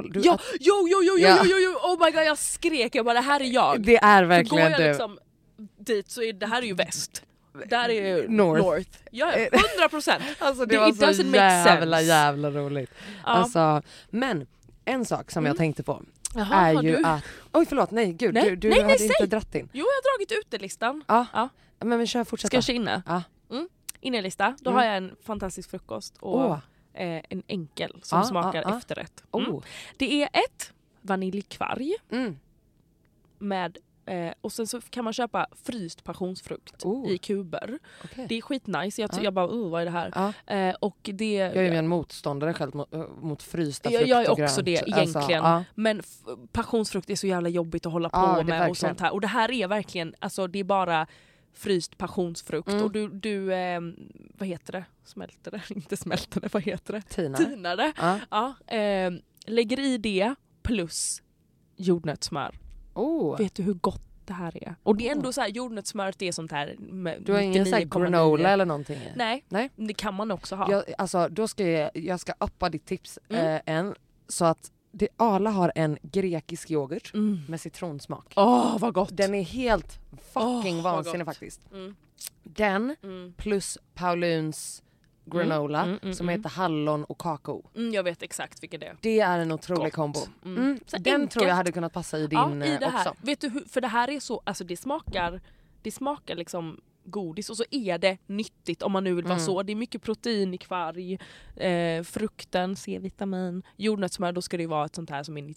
Oh my god, jag skrek. Jag bara, det här är jag. Det är verkligen du. Går jag liksom dit så är det här är ju väst. Där är ju North. Ja, 100%. Alltså det var så jävla roligt. Alltså, men en sak som jag tänkte på är ju att... Oj, förlåt. Nej, gud. Du hade inte dratt in. Jo, jag har dragit utelistan. Ja. Men vi kör fortsätta. Ska jag köra inne? Ja. Innelista. Då har jag en fantastisk frukost och en enkel som smakar efterrätt. Det är ett vaniljkvarg med... och sen så kan man köpa fryst passionsfrukt i kuber. Okay. Det är skitnice. Jag bara, vad är det här? Och det, jag är ju en motståndare själv mot frysta frukt och jag är också grönt. det egentligen. Alltså, men passionsfrukt är så jävla jobbigt att hålla på med och sånt här. Och det här är verkligen, alltså det är bara fryst passionsfrukt. Och du vad heter det? Smälter det? Inte smälter det, vad heter det? Tinar det. Lägger i det plus jordnötssmör. Vet du hur gott det här är? Och det är ändå så här, jordnötssmöret är sånt här med du har ingen så här granola eller någonting? Nej, det kan man också ha. Då ska jag ska uppa ditt tips så att Arla har en grekisk yoghurt med citronsmak. Vad gott! Den är helt fucking vansinnig faktiskt. Den plus Pauluns granola som heter hallon och kakao. Jag vet exakt vilket det är. Det är en otrolig kombo. Den enkelt. Tror jag hade kunnat passa i din i det här. också. Vet du för det här är så, alltså det smakar liksom godis och så är det nyttigt om man nu vill vara så. Det är mycket protein i kvarg, frukten, C-vitamin, jordnötssmör, då ska det ju vara ett sånt här som är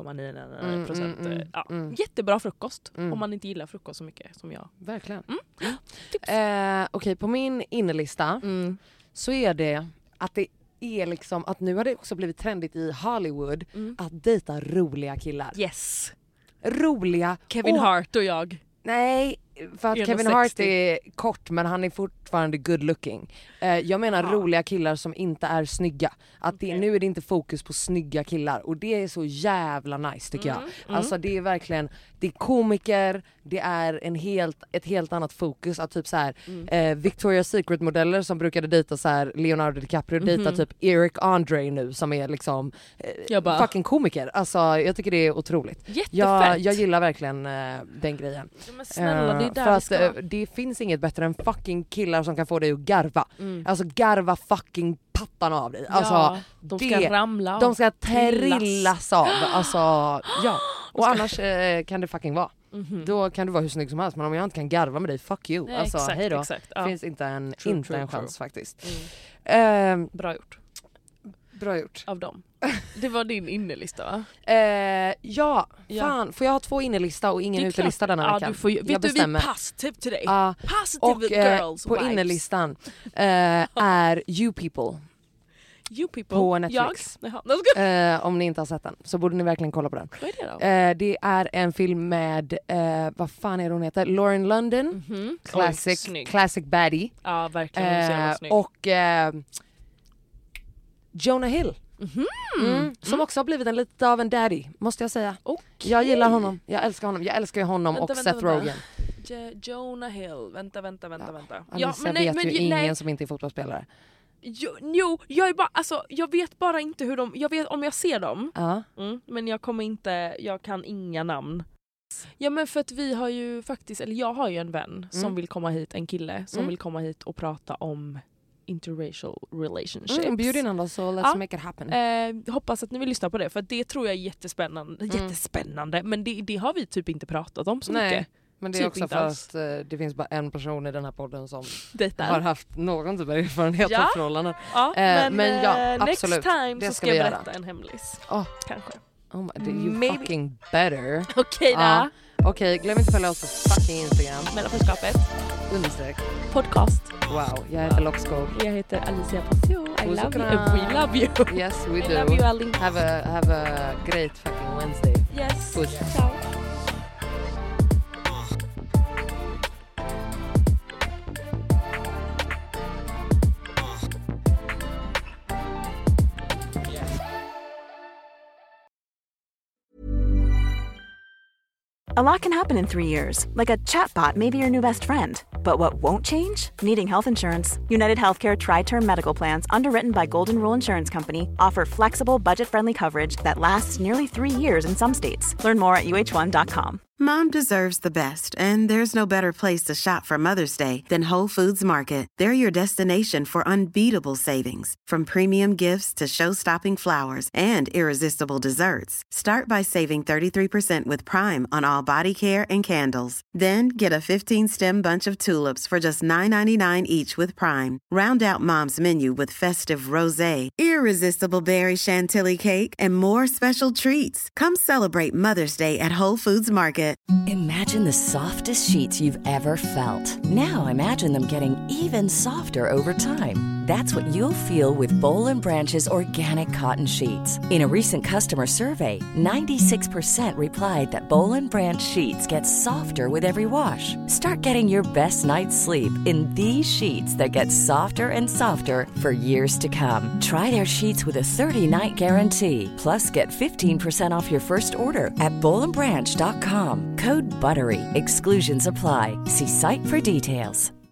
99,9%. Jättebra frukost om man inte gillar frukost så mycket som jag. Verkligen. Okej, på min innelista så är det att det är liksom att nu har det också blivit trendigt i Hollywood att dejta roliga killar. Yes. Roliga. Kevin Hart och jag. Nej, för att Kevin Hart är kort men han är fortfarande good looking. Jag menar roliga killar som inte är snygga. Att nu är det inte fokus på snygga killar och det är så jävla nice tycker jag. Alltså det är verkligen, det är komiker, det är ett helt annat fokus. Att typ så här Victoria's Secret modeller som brukade dejta så här Leonardo DiCaprio dejtar typ Eric Andre nu som är liksom fucking komiker. Alltså jag tycker det är otroligt. Jag gillar verkligen den grejen. Men snälla, det är där för att det finns inget bättre än fucking killar som kan få dig att garva. Alltså garva fucking pattan av dig. Alltså de ska ramla. De ska trillas av. Alltså ja. Och annars kan det fucking vara. Då kan du vara hur snygg som helst, men om jag inte kan garva med dig, fuck you. Nej, alltså exakt, hej då. Exakt, finns inte en chans faktiskt. Bra gjort. Bra gjort. Av dem. Det var din innelista va? Ja, fan. Får jag ha 2 innelista och ingen utelista denna veckan? Du får, vet du, vi är positive today. Positive girls. På innerlistan är You People. You People? På Netflix. Om ni inte har sett den så borde ni verkligen kolla på den. Vad är det då? Det är en film med, vad fan är det hon heter? Lauren London. Classic baddie. Ja, verkligen. Och Jonah Hill. Som också har blivit lite av en daddy, måste jag säga. Okay. Jag gillar honom, jag älskar honom. Jag älskar ju honom och Seth Rogen. Jonah Hill, vänta. Alicia vet ju ingen som inte är fotbollsspelare. Jo, jag är bara, alltså, jag vet bara inte hur jag vet om jag ser dem. Men jag kan inga namn. Ja, men för att vi har ju faktiskt, eller jag har ju en vän som vill komma hit, en kille som vill komma hit och prata om interracial relationships. Bjud in andra så let's make it happen. Hoppas att ni vill lyssna på det, för det tror jag är jättespännande. Men det har vi typ inte pratat om så mycket. Men det är också för att det finns bara en person i den här podden som har haft någon typ av erfarenhet av förhållanden. Ja, men ja, absolut. Next time det så ska jag berätta en hemlis. Kanske. You fucking better. Okej då. Okej, glöm inte att följa oss på fucking Instagram. Mellanförskapet. _ podcast. Wow, jag heter Lockskog. Jag heter Alicia Patio. I love you. We love you. Yes, we do. I love you, Ali. Have a great fucking Wednesday. Yes. Puss. Ciao. A lot can happen in 3 years, like a chatbot may be your new best friend. But what won't change? Needing health insurance. United Healthcare Tri-Term Medical Plans, underwritten by Golden Rule Insurance Company, offer flexible, budget-friendly coverage that lasts nearly 3 years in some states. Learn more at uh1.com. Mom deserves the best, and there's no better place to shop for Mother's Day than Whole Foods Market. They're your destination for unbeatable savings, from premium gifts to show-stopping flowers and irresistible desserts. Start by saving 33% with Prime on all body care and candles. Then get a 15-stem bunch of tulips for just $9.99 each with Prime. Round out Mom's menu with festive rosé, irresistible berry chantilly cake, and more special treats. Come celebrate Mother's Day at Whole Foods Market. Imagine the softest sheets you've ever felt. Now imagine them getting even softer over time. That's what you'll feel with Boll & Branch's organic cotton sheets. In a recent customer survey, 96% replied that Boll & Branch sheets get softer with every wash. Start getting your best night's sleep in these sheets that get softer and softer for years to come. Try their sheets with a 30-night guarantee. Plus, get 15% off your first order at bollandbranch.com. Code BUTTERY. Exclusions apply. See site for details.